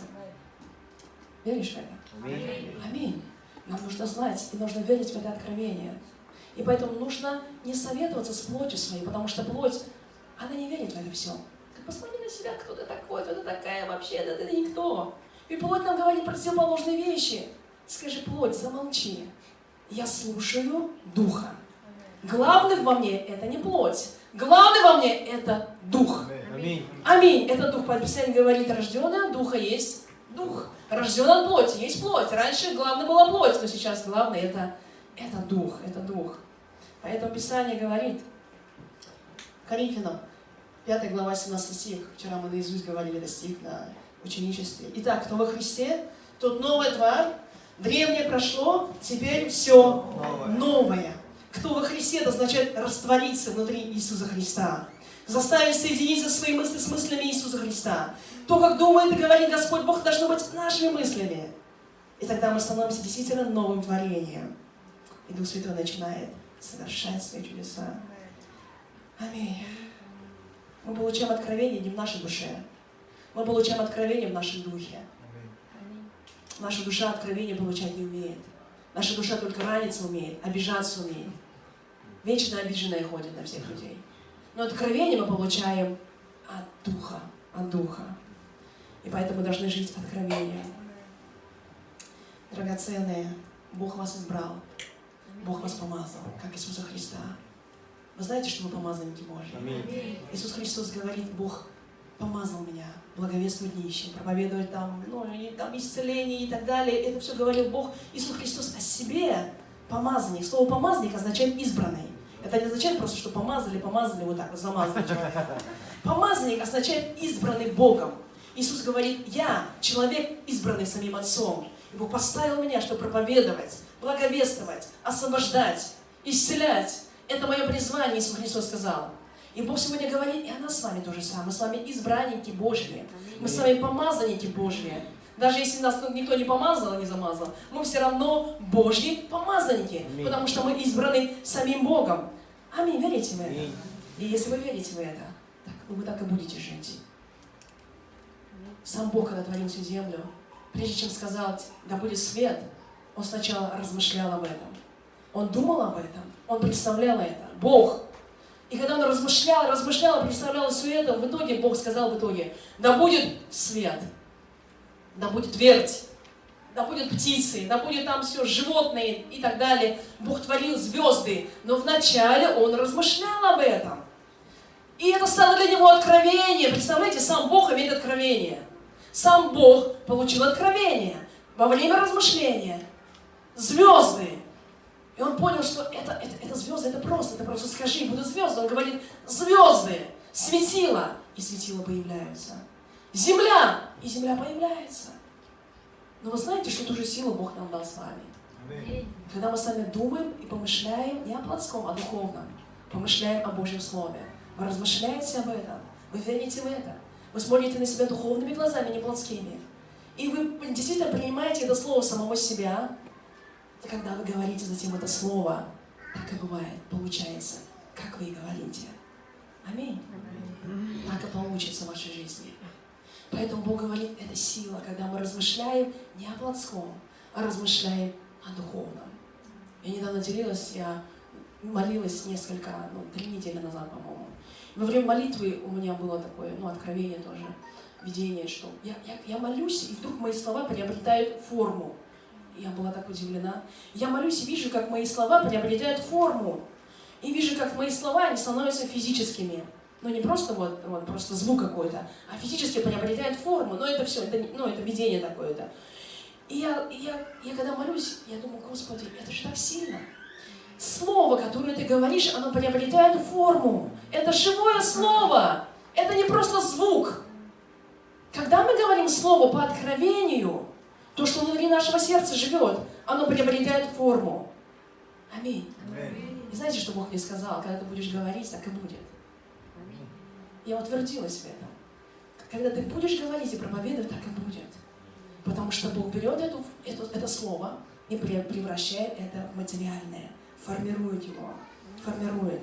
[SPEAKER 1] Веришь в это? Аминь. Аминь. Нам нужно знать и нужно верить в это откровение. И поэтому нужно не советоваться с плотью своей, потому что плоть, она не верит в это все. Ты посмотри на себя, кто ты такой, кто ты такая вообще, да ты никто. И плоть нам говорит противоположные вещи. Скажи: плоть, замолчи. Я слушаю Духа. Главный во мне — это не плоть. Главный во мне — это Дух. Аминь. Аминь. Это Дух. Писание говорит: рожденный от Духа есть Дух. Рожденный от плоти есть плоть. Раньше главное была плоть, но сейчас главное — это, это Дух. Это Дух. Поэтому Писание говорит Коринфянам, пятая глава, семнадцатый стих. Вчера мы наизусть говорили этот стих на ученичестве. Итак, кто во Христе, тот новая тварь. Древнее прошло, теперь все новое. Кто во Христе, это означает раствориться внутри Иисуса Христа. Заставить соединиться свои мысли с мыслями Иисуса Христа. То, как думает и говорит Господь Бог, должно быть нашими мыслями. И тогда мы становимся действительно новым творением. И Дух Святой начинает совершать свои чудеса. Аминь. Мы получаем откровение не в нашей душе. Мы получаем откровение в нашем духе. Наша душа откровение получать не умеет. Наша душа только раниться умеет, обижаться умеет. Вечно обиженная ходит на всех людей. Но откровение мы получаем от Духа, от Духа. И поэтому мы должны жить откровением. Драгоценные, Бог вас избрал. Бог вас помазал, как Иисуса Христа. Вы знаете, что вы помазанники Божьи? Иисус Христос говорит, Бог помазал меня благовествовать нищим, проповедовать там, ну, и, там исцеление и так далее. Это все говорил Бог, Иисус Христос о себе. Помазанник. Слово помазанник означает избранный. Это не означает просто, что помазали, помазали, вот так вот замазали человека. Помазанник означает избранный Богом. Иисус говорит, я человек, избранный самим Отцом. И Бог поставил меня, чтобы проповедовать, благовествовать, освобождать, исцелять. Это мое призвание, Иисус Христос сказал. И Бог сегодня говорит, и о нас с вами то же самое. Мы с вами избранники Божьи. Мы с вами помазанники Божьи. Даже если нас никто не помазал, не замазал, мы все равно Божьи помазанники. Аминь. Потому что мы избраны самим Богом. Аминь. Верите в это? Аминь. И если вы верите в это, так, вы так и будете жить. Сам Бог, когда творил всю землю, прежде чем сказать, да будет свет, Он сначала размышлял об этом. Он думал об этом. Он представлял это. Бог. И когда Он размышлял, размышлял, представлял все это, в итоге Бог сказал в итоге, да будет свет. Да будет твердь, да будет птицы, да будет там все, животные и так далее. Бог творил звезды, но вначале Он размышлял об этом. И это стало для Него откровение. Представляете, сам Бог имеет откровение. Сам Бог получил откровение во время размышления. Звезды. И Он понял, что это, это, это звезды, это просто, это просто скажи, будут звезды. Он говорит, звезды, светила, и светила появляются. Земля, и земля появляется. Но вы знаете, что ту же силу Бог нам дал с вами. Аминь. Когда мы с вами думаем и помышляем не о плотском, а о духовном, помышляем о Божьем Слове. Вы размышляете об этом, вы верите в это. Вы смотрите на себя духовными глазами, не плотскими. И вы действительно принимаете это слово самого себя. И когда вы говорите затем это слово, так и бывает, получается, как вы и говорите. Аминь. Аминь. Так и получится в вашей жизни. Поэтому Бог говорит, это сила, когда мы размышляем не о плотском, а размышляем о духовном. Я недавно делилась, я молилась несколько, ну, три недели назад, по-моему. Во время молитвы у меня было такое, ну, откровение тоже, видение, что я, я, я молюсь, и вдруг мои слова приобретают форму. Я была так удивлена. Я молюсь и вижу, как мои слова приобретают форму. И вижу, как мои слова, они становятся физическими. Ну, не просто вот, вот просто звук какой-то, а физически приобретает форму. Но это все, это, ну, это видение такое-то. И я, и я, я когда молюсь, я думаю, Господи, это же так сильно. Слово, которое ты говоришь, оно приобретает форму. Это живое слово. Это не просто звук. Когда мы говорим слово по откровению, то, что внутри нашего сердца живет, оно приобретает форму. Аминь. Аминь. И знаете, что Бог мне сказал? Когда ты будешь говорить, так и будет. Я утвердилась в этом. Когда ты будешь говорить и проповедовать, так и будет. Потому что Бог берет эту, это, это слово и превращает это в материальное. Формирует его. Формирует.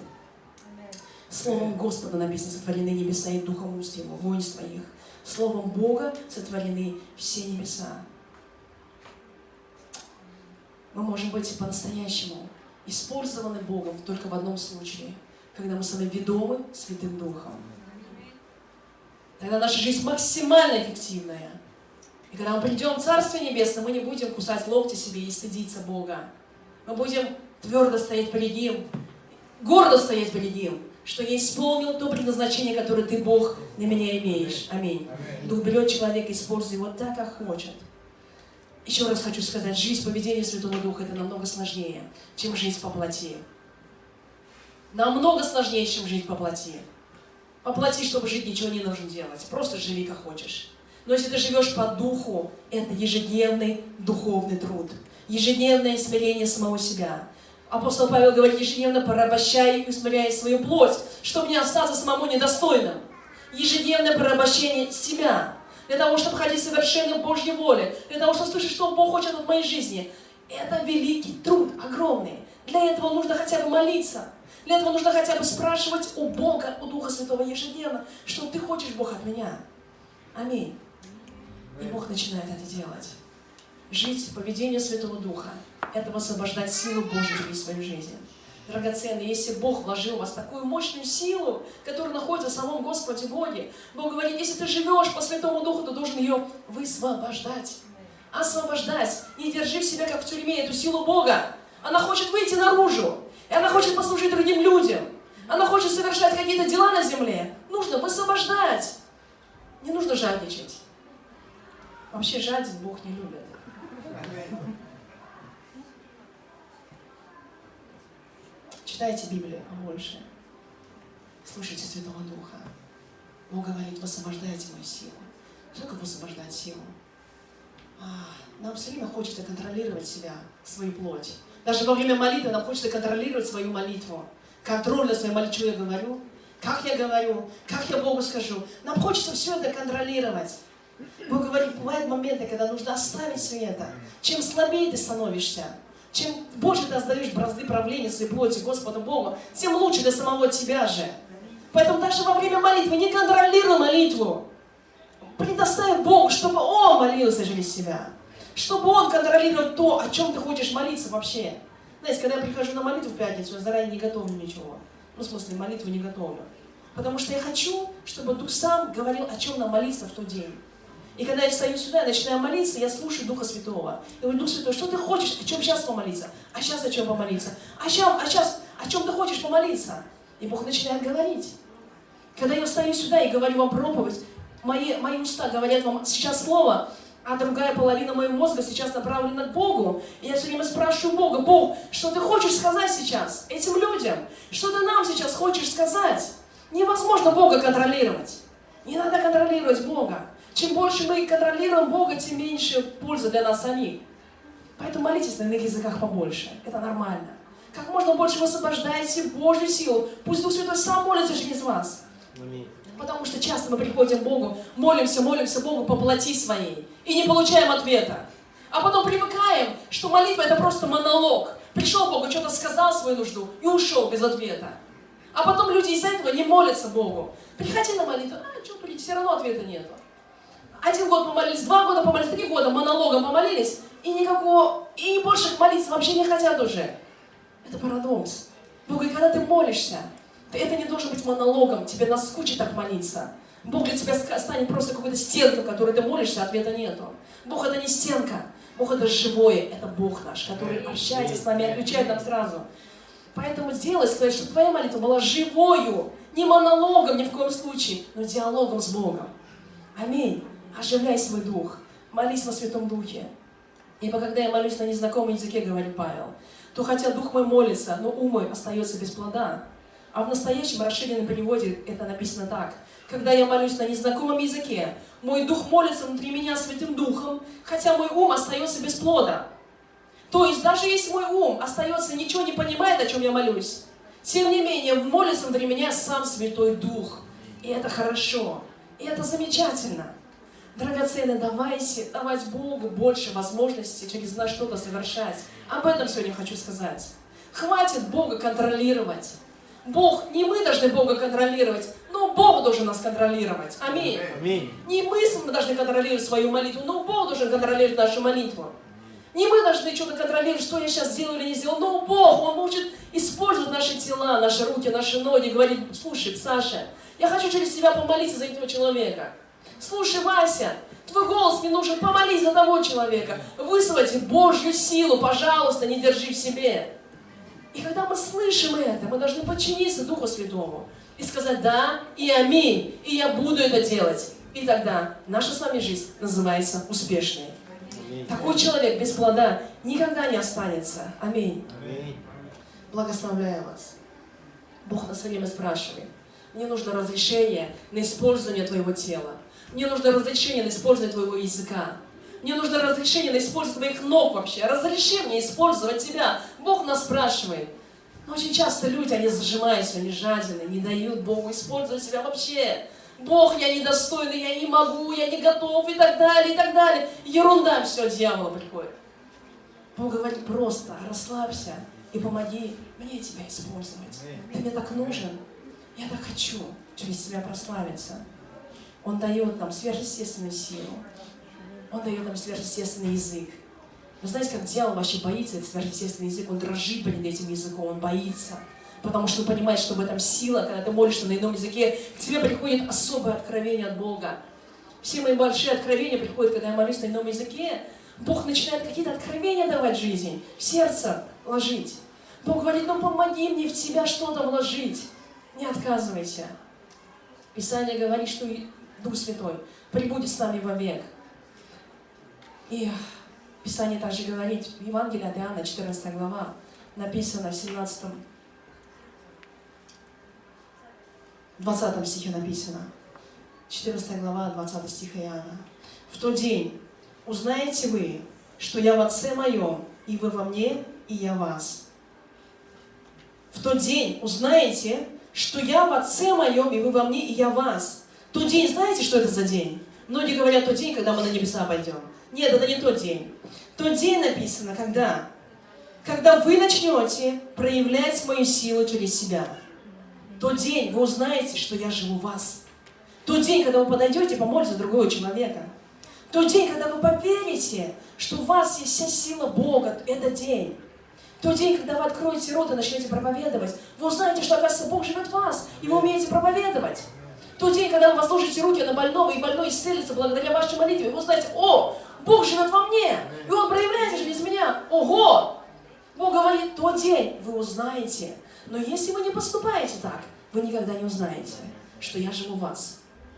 [SPEAKER 1] Словом Господа написано, сотворены небеса и духом уст его, воинства их. Словом Бога сотворены все небеса. Мы можем быть по-настоящему использованы Богом только в одном случае, когда мы с вами ведомы Святым Духом. Тогда наша жизнь максимально эффективная. И когда мы придем в Царствие Небесное, мы не будем кусать локти себе и стыдиться Бога. Мы будем твердо стоять перед Ним, гордо стоять перед Ним, что я исполнил то предназначение, которое Ты, Бог, на меня имеешь. Аминь. Дух берет человека, использует его так, как хочет. Еще раз хочу сказать, жизнь поведения Святого Духа – это намного сложнее, чем жизнь по плоти. Намного сложнее, чем жизнь по плоти. По плоти, чтобы жить, ничего не нужно делать. Просто живи, как хочешь. Но если ты живешь по духу, это ежедневный духовный труд, ежедневное смирение самого себя. Апостол Павел говорит: ежедневно порабощай и усмиряй свою плоть, чтобы не остаться самому недостойным. Ежедневное порабощение себя, для того, чтобы ходить совершенно в Божьей воле, для того, чтобы слышать, что Бог хочет от моей жизни. Это великий труд, огромный. Для этого нужно хотя бы молиться. Для этого нужно хотя бы спрашивать у Бога, у Духа Святого ежедневно, что ты хочешь, Бог, от меня. Аминь. И Бог начинает это делать. Жить в поведении Святого Духа – это высвобождать силу Божью в свою жизнь. Драгоценные, если Бог вложил в вас такую мощную силу, которая находится в самом Господе Боге, Бог говорит: если ты живешь по Святому Духу, ты должен ее высвобождать. Освобождать. Не держи в себя, как в тюрьме, эту силу Бога. Она хочет выйти наружу. И она хочет послужить другим людям. Она хочет совершать какие-то дела на земле. Нужно высвобождать. Не нужно жадничать. Вообще жадность Бог не любит. Читайте Библию побольше. Слушайте Святого Духа. Бог говорит: высвобождайте мою силу. Что такое высвобождать силу? А, нам все время хочется контролировать себя, свою плоть. Даже во время молитвы нам хочется контролировать свою молитву. Контроль над своей молитвой, что я говорю, как я говорю, как я Богу скажу. Нам хочется все это контролировать. Бог говорит: бывают моменты, когда нужно оставить все это. Чем слабее ты становишься, чем больше ты отдаешь бразды правления своей плоти Господу Богу, тем лучше для самого тебя же. Поэтому даже во время молитвы не контролируй молитву. Предоставь Богу, чтобы Он молился через себя. Чтобы Он контролировал то, о чем ты хочешь молиться вообще. Знаете, когда я прихожу на молитву в пятницу, я заранее не готовлю ничего. Ну, в смысле, молитву не готовлю. Потому что я хочу, чтобы Дух сам говорил, о чем нам молиться в тот день. И когда я встаю сюда, я начинаю молиться, я слушаю Духа Святого. Я говорю: Дух Святой, что ты хочешь, о чем сейчас помолиться? А сейчас о чем помолиться? А сейчас, а сейчас о чем ты хочешь помолиться? И Бог начинает говорить. Когда я встаю сюда и говорю вам проповедь, мои, мои уста говорят вам сейчас слово, а другая половина моего мозга сейчас направлена к Богу. И я все время спрашиваю Бога: Бог, что ты хочешь сказать сейчас этим людям? Что ты нам сейчас хочешь сказать? Невозможно Бога контролировать. Не надо контролировать Бога. Чем больше мы контролируем Бога, тем меньше пользы для нас самих. Поэтому молитесь на иных языках побольше. Это нормально. Как можно больше высвобождайте Божью силу. Пусть Дух Святой сам молится через вас. Потому что часто мы приходим к Богу, молимся, молимся Богу по плоти своей и не получаем ответа. А потом привыкаем, что молитва — это просто монолог. Пришел к Богу, что-то сказал свою нужду и ушел без ответа. А потом люди из-за этого не молятся Богу. Приходи на молитву, а что прийти, все равно ответа нету. Один год помолились, два года помолились, три года монологом помолились, и никакого, и больше молиться вообще не хотят уже. Это парадокс. Бог говорит: когда ты молишься, это не должен быть монологом, тебе наскучит так молиться. Бог для тебя станет просто какой-то стенкой, в которой ты молишься, ответа нету. Бог — это не стенка, Бог — это живое, это Бог наш, который общается с нами, отвечает нам сразу. Поэтому делай, чтобы твоя молитва была живою, не монологом ни в коем случае, но диалогом с Богом. Аминь. Оживляй свой дух, молись на Святом Духе. Ибо когда я молюсь на незнакомом языке, говорит Павел, то хотя дух мой молится, но ум мой остается без плода. А в настоящем расширенном переводе это написано так: когда я молюсь на незнакомом языке, мой дух молится внутри меня Святым Духом, хотя мой ум остается без плода. То есть даже если мой ум остается, ничего не понимает, о чем я молюсь, тем не менее молится внутри меня сам Святой Дух. И это хорошо, и это замечательно. Драгоценные, давайте давать Богу больше возможностей через нас что-то совершать. Об этом сегодня хочу сказать. Хватит Бога контролировать. Бог, не мы должны Бога контролировать, но Бог должен нас контролировать. Аминь. Аминь. Не мы должны контролировать свою молитву, но Бог должен контролировать нашу молитву. Не мы должны что-то контролировать, что я сейчас сделал или не сделал, но Бог, Он может использовать наши тела, наши руки, наши ноги, говорит: слушай, Саша, я хочу через тебя помолиться за этого человека. Слушай, Вася, твой голос мне нужен, помолись за того человека. Высвободи Божью силу, пожалуйста, не держи в себе. И когда мы слышим это, мы должны подчиниться Духу Святому и сказать: да, и аминь, и я буду это делать. И тогда наша с вами жизнь называется успешной. Аминь. Такой человек без плода никогда не останется. Аминь. Аминь. Благословляю вас. Бог нас все время спрашивает: мне нужно разрешение на использование твоего тела. Мне нужно разрешение на использование твоего языка. Мне нужно разрешение на использование твоих ног вообще. Разреши мне использовать тебя. Бог нас спрашивает. Но очень часто люди, они зажимаются, они жадины, не дают Богу использовать себя вообще. Бог, я недостойный, я не могу, я не готов и так далее, и так далее. Ерунда все от дьявола приходит. Бог говорит просто, расслабься и помоги мне тебя использовать. Ты мне так нужен, я так хочу через тебя прославиться. Он дает нам сверхъестественную силу. Он дает нам сверхъестественный язык. Вы знаете, как дьявол вообще боится этот сверхъестественный язык? Он дрожит перед этим языком, он боится. Потому что он понимает, что в этом сила, когда ты молишься на ином языке, к тебе приходит особое откровение от Бога. Все мои большие откровения приходят, когда я молюсь на ином языке. Бог начинает какие-то откровения давать в жизнь, в сердце ложить. Бог говорит, ну помоги мне в тебя что-то вложить. Не отказывайся. Писание говорит, что Дух Святой пребудет с нами вовек. И Писание также говорит, в Евангелии от Иоанна, четырнадцатая глава, написано в семнадцатом, двадцатом стихе написано. четырнадцатая глава, двадцатый стих Иоанна. В тот день узнаете вы, что я в Отце моем, и вы во мне, и я в вас. В тот день узнаете, что я в Отце моем, и вы во мне, и я в вас. Тот день, знаете, что это за день? Многие говорят, тот день, когда мы на небеса пойдем. Нет, это не тот день. Тот день написано, когда? Когда вы начнете проявлять мою силу через себя. Тот день вы узнаете, что я живу в вас. Тот день, когда вы подойдете помолиться за другого человека. Тот день, когда вы поверите, что у вас есть вся сила Бога, это день. Тот день, когда вы откроете рот и начнете проповедовать, вы узнаете, что, оказывается, Бог живет в вас, и вы умеете проповедовать. Тот день, когда вы возложите руки на больного, и больной исцелится благодаря вашей молитве, вы узнаете, о, Бог живет во мне, и Он проявляется через меня. Ого! Бог говорит, тот день вы узнаете. Но если вы не поступаете так, вы никогда не узнаете, что я живу в вас.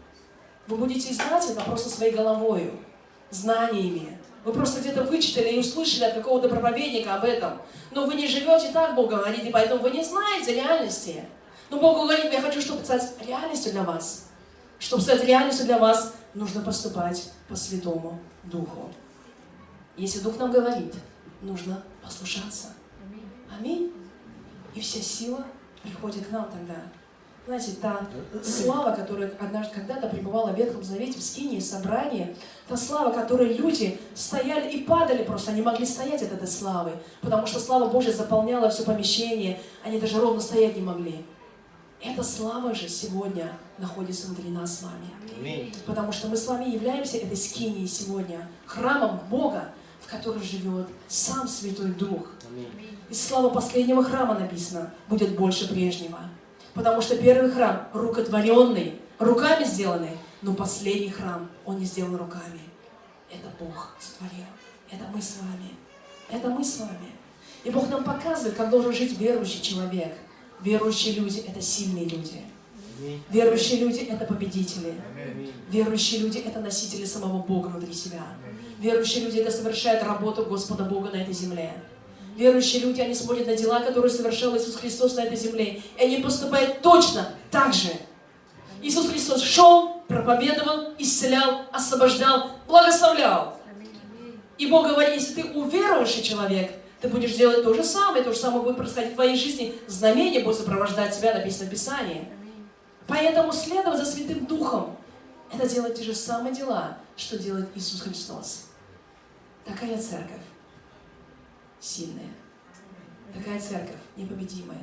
[SPEAKER 1] Вы будете знать это просто своей головою, знаниями. Вы просто где-то вычитали и услышали от какого-то проповедника об этом. Но вы не живете так, Бог говорит, и поэтому вы не знаете реальности. Но Бог говорит, я хочу, чтобы стать реальностью для вас. Чтобы стать реальностью для вас, нужно поступать по Святому Духу. Если Дух нам говорит, нужно послушаться. Аминь. И вся сила приходит к нам тогда. Знаете, та слава, которая однажды когда-то пребывала в Ветхом Завете, в скинии, собрании, та слава, которой люди стояли и падали просто, они могли стоять от этой славы, потому что слава Божья заполняла все помещение, они даже ровно стоять не могли. Эта слава же сегодня находится внутри нас с вами. Потому что мы с вами являемся этой скинией сегодня, храмом Бога, в котором живет сам Святой Дух. И слава последнего храма написано, будет больше прежнего. Потому что первый храм рукотворенный, руками сделанный, но последний храм, он не сделан руками. Это Бог сотворил. Это мы с вами. Это мы с вами. И Бог нам показывает, как должен жить верующий человек. Верующие люди – это сильные люди. Верующие люди – это победители. Верующие люди – это носители самого Бога внутри себя. Верующие люди – это совершают работу Господа Бога на этой земле. Верующие люди, они смотрят на дела, которые совершил Иисус Христос на этой земле, и они поступают точно так же. Иисус Христос шел, проповедовал, исцелял, освобождал, благословлял. И Бог говорит, если ты уверовавший человек, ты будешь делать то же самое, то же самое будет происходить в твоей жизни, знамение будет сопровождать тебя, написано в Писании. Поэтому следовать за Святым Духом – это делать те же самые дела, что делает Иисус Христос. Такая церковь сильная, такая церковь непобедимая,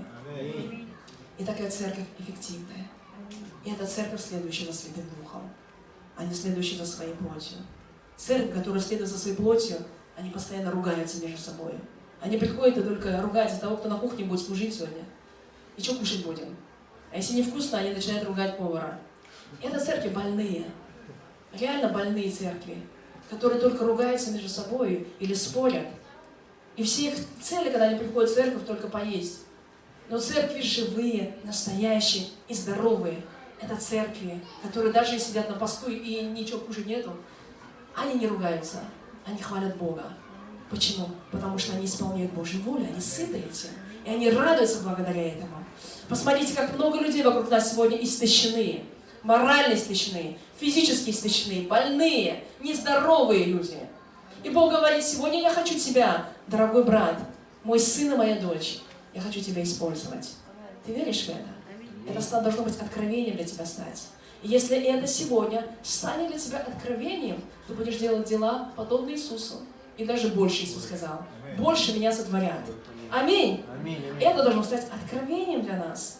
[SPEAKER 1] и такая церковь эффективная. И это церковь, следующая за Святым Духом, а не следующая за своей плотью. Церковь, которая следует за своей плотью, они постоянно ругаются между собой. Они приходят и только ругаются того, кто на кухне будет служить сегодня. И что кушать будем? А если невкусно, они начинают ругать повара. И это церкви больные, реально больные церкви, которые только ругаются между собой или спорят. И все их цели, когда они приходят в церковь, только поесть. Но церкви живые, настоящие и здоровые. Это церкви, которые даже если сидят на посту и ничего хуже нету, они не ругаются, они хвалят Бога. Почему? Потому что они исполняют Божью волю, они сыты этим. И они радуются благодаря этому. Посмотрите, как много людей вокруг нас сегодня истощены. морально истощены, физически истощены, больные, нездоровые люди. И Бог говорит: сегодня я хочу тебя, дорогой брат, мой сын и моя дочь, я хочу тебя использовать. Ты веришь в это? Это должно быть откровением для тебя стать. И если это сегодня станет для тебя откровением, ты будешь делать дела, подобные Иисусу. И даже больше, Иисус сказал. Больше меня сотворят. Аминь. Это должно стать откровением для нас.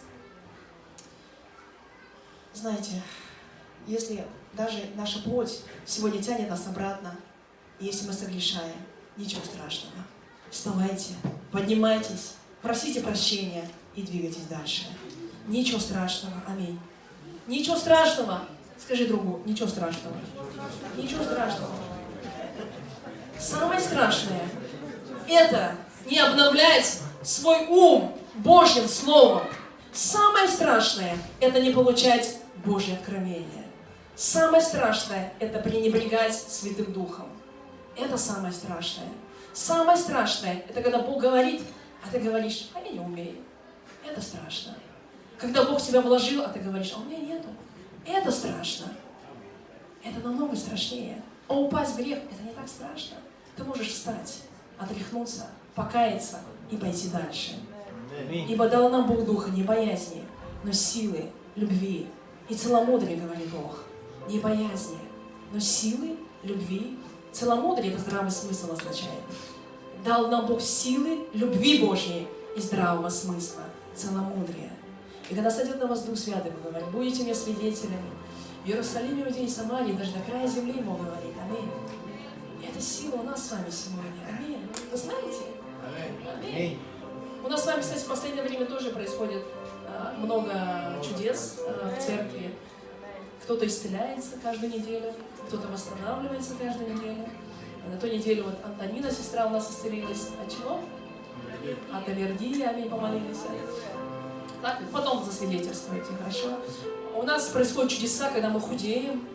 [SPEAKER 1] Знаете, если даже наша плоть сегодня тянет нас обратно, и если мы согрешаем, ничего страшного. Вставайте, поднимайтесь, просите прощения и двигайтесь дальше. Ничего страшного. Аминь. Ничего страшного. Скажи другу: ничего страшного. Ничего страшного. Самое страшное – это не обновлять свой ум Божьим Словом. Самое страшное – это не получать Божье откровение. Самое страшное – это пренебрегать Святым Духом. Это самое страшное. Самое страшное – это когда Бог говорит, а ты говоришь: а я не умею. Это страшно. Когда Бог в тебя вложил, а ты говоришь: а у меня нету. Это страшно. Это намного страшнее. А упасть в грех – это не так страшно. Ты можешь встать, отряхнуться, покаяться и пойти дальше. Ибо дал нам Бог духа не боязни, но силы, любви и целомудрия, говорит Бог. Не боязни, но силы, любви. Целомудрие – это здравый смысл означает. Дал нам Бог силы, любви Божьей и здравого смысла. Целомудрие. И когда сойдет на вас Дух Святый, Бог говорит: будете мне свидетелями в Иерусалиме, Иудее и Самарии, даже до края земли, Бог говорит. Аминь. И эта сила у нас с вами сегодня. Аминь. Вы знаете? Аминь. У нас с вами, кстати, в последнее время тоже происходит э, много чудес э, в церкви. Кто-то исцеляется каждую неделю, кто-то восстанавливается каждую неделю. На той неделе вот Антонина, сестра, у нас исцелилась от чего? От аллергии, аминь, помолились. Так, потом засвидетельствуйте, хорошо? У нас происходят чудеса, когда мы худеем.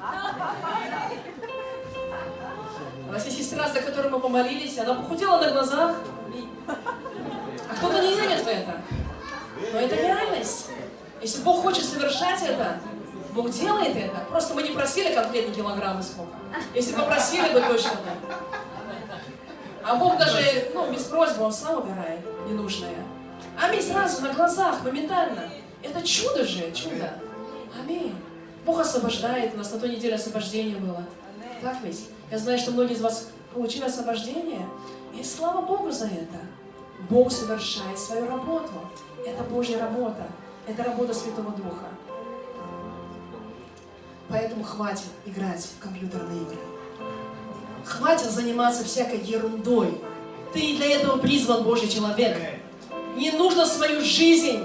[SPEAKER 1] У нас есть сестра, за которой мы помолились, она похудела на глазах. А кто-то не верит в это. Но это реальность. Если Бог хочет совершать это, Бог делает это. Просто мы не просили конкретно килограммы сколько. Если попросили бы, точно бы. А Бог даже, ну, без просьбы, Он сам убирает ненужное. Аминь, сразу, на глазах, моментально. Это чудо же, чудо. Аминь. Бог освобождает. У нас на той неделе освобождение было. Так ведь? Я знаю, что многие из вас получили освобождение. И слава Богу за это. Бог совершает свою работу. Это Божья работа. Это работа Святого Духа. Поэтому хватит играть в компьютерные игры. Хватит заниматься всякой ерундой. Ты для этого призван, Божий человек. Не нужно свою жизнь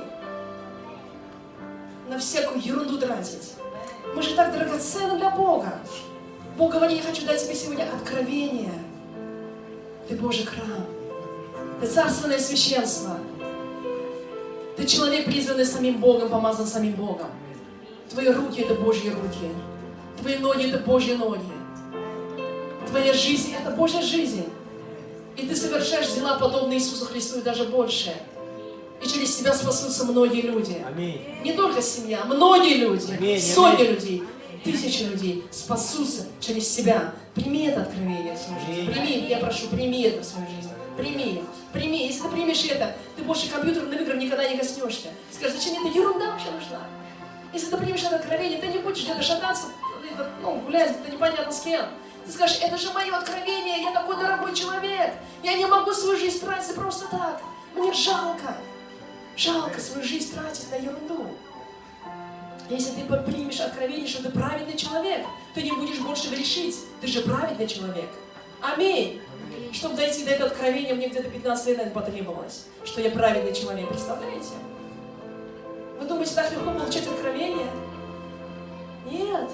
[SPEAKER 1] на всякую ерунду тратить. Мы же так драгоценны для Бога. Бог говорит: я хочу дать тебе сегодня откровение. Ты Божий храм. Ты царственное священство. Ты человек, призванный самим Богом, помазан самим Богом. Твои руки – это Божьи руки. Твои ноги – это Божьи ноги. Твоя жизнь – это Божья жизнь. И ты совершаешь дела, подобные Иисусу Христу, и даже больше. И через тебя спасутся многие люди.
[SPEAKER 2] Аминь.
[SPEAKER 1] Не только семья, многие люди.
[SPEAKER 2] Аминь.
[SPEAKER 1] Сотни людей, тысячи людей спасутся через себя. Прими это откровение в свою жизнь. Прими, я прошу, прими это в свою жизнь. Прими, прими. Если ты примешь это, ты больше компьютерным играм никогда не коснешься. Скажешь: зачем мне эта ерунда вообще нужна? Если ты примешь это откровение, ты не будешь где-то шататься, ну, гулять где-то непонятно с кем. Ты скажешь: это же мое откровение, я такой дорогой человек. Я не могу свою жизнь тратить просто так. Мне жалко. Жалко свою жизнь тратить на ерунду. Если ты примешь откровение, что ты праведный человек, ты не будешь больше грешить. Ты же праведный человек. Аминь. Чтобы дойти до этого откровения, мне где-то пятнадцать лет, наверное, потребовалось, что я праведный человек. Представляете? Вы думаете, так легко получать откровение? Нет.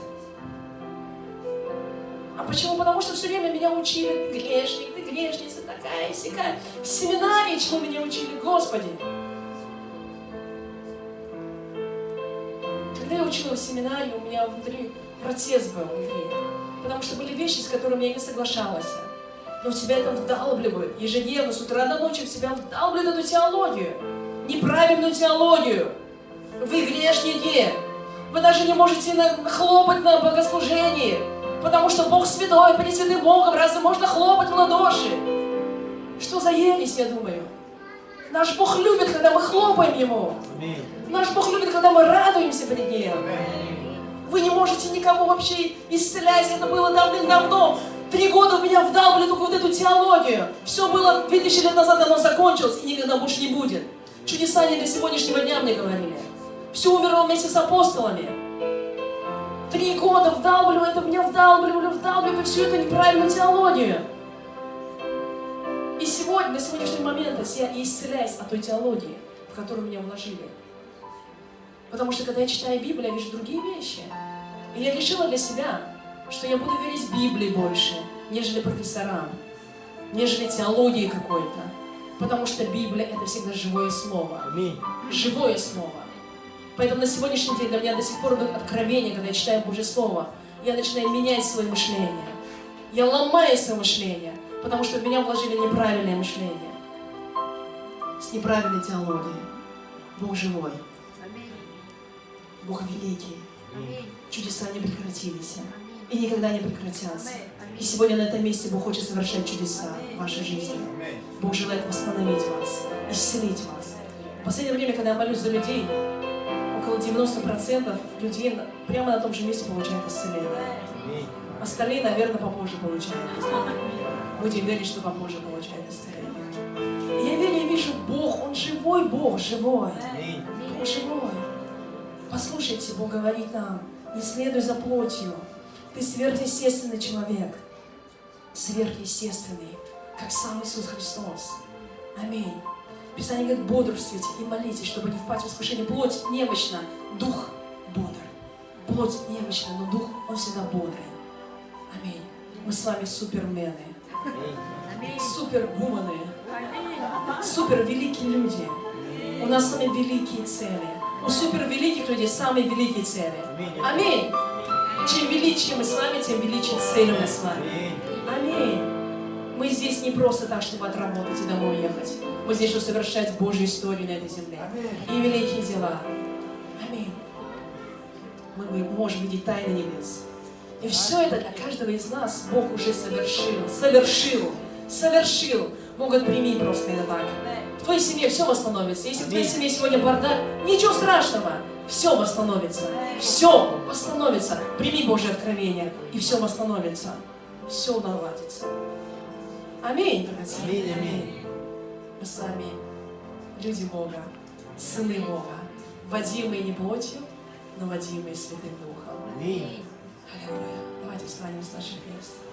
[SPEAKER 1] А почему? Потому что все время меня учили: грешник, ты грешница, такая и сякая. В семинарии чему меня учили? Господи! Когда я учила в семинарии, у меня внутри протест был внутри. Потому что были вещи, с которыми я не соглашалась. Но в тебя это вдалбливают. Ежедневно, с утра до ночи в тебя вдалбливают эту теологию. Неправильную теологию. Вы грешники. Вы даже не можете хлопать на богослужении, потому что Бог святой, перед святым Богом разве можно хлопать в ладоши? Что за ересь, я думаю? Наш Бог любит, когда мы хлопаем Ему. Наш Бог любит, когда мы радуемся перед Ним. Вы не можете никого вообще исцелять, это было давным-давно. Три года у меня вдалбливали только вот эту теологию. Все было две тысячи лет назад, оно закончилось, и никогда больше не будет. Чудеса не до сегодняшнего дня мне говорили. Все умерло вместе с апостолами. Три года вдалбливали, это меня вдалбливали, вдалбливали всю эту неправильную теологию. И сегодня, до сегодняшнего момента, я исцеляюсь от той теологии, в которую меня вложили. Потому что, когда я читаю Библию, я вижу другие вещи. И я решила для себя, что я буду верить Библии больше, нежели профессорам, нежели теологии какой-то. Потому что Библия — это всегда живое слово. Живое слово. Поэтому на сегодняшний день для меня до сих пор идут откровения, когда я читаю Божье Слово. Я начинаю менять свое мышление. Я ломаю свое мышление, потому что в меня вложили неправильное мышление. С неправильной теологией. Бог живой. Бог великий. Чудеса не прекратились. И никогда не прекратятся. И сегодня на этом месте Бог хочет совершать чудеса в вашей жизни. Бог желает восстановить вас, исцелить вас. В последнее время, когда я молюсь за людей, около девяноста процентов людей прямо на том же месте получают исцеление. Остальные, наверное, попозже получают исцеление. Будем верить, что попозже получают исцеление. И я верю, я вижу, Бог, Он живой Бог, живой. Бог живой. Послушайте, Бог говорит нам, не следуй за плотью. Ты сверхъестественный человек. Сверхъестественный, как сам Иисус Христос. Аминь. Писание говорит, бодрствуйте и молитесь, чтобы не впасть в искушение. Плоть немощна, дух бодр. Плоть немощна, но дух, он всегда бодрый. Аминь. Мы с вами супермены. Супервумены. Супер великие люди. У нас самые великие цели. У супервеликих людей самые великие цели. Аминь. Чем величие мы с вами, тем величие цели мы с вами. Аминь. Мы здесь не просто так, чтобы отработать и домой уехать. Мы здесь, чтобы совершать Божью историю на этой земле. И великие дела. Аминь. Мы можем видеть тайны небес. И все это для каждого из нас Бог уже совершил. Совершил. Совершил. Бога, прими просто это так. В твоей семье все восстановится. Если в твоей семье сегодня бардак, ничего страшного. Все восстановится. Все восстановится. Прими Божье откровение, и все восстановится. Все наладится. Аминь, братья.
[SPEAKER 2] Аминь, аминь.
[SPEAKER 1] Мы с вами люди Бога, сыны Бога, водимые не плотью, но водимые Святым Духом.
[SPEAKER 2] Аминь.
[SPEAKER 1] Аллилуйя. Давайте встанем с наших мест.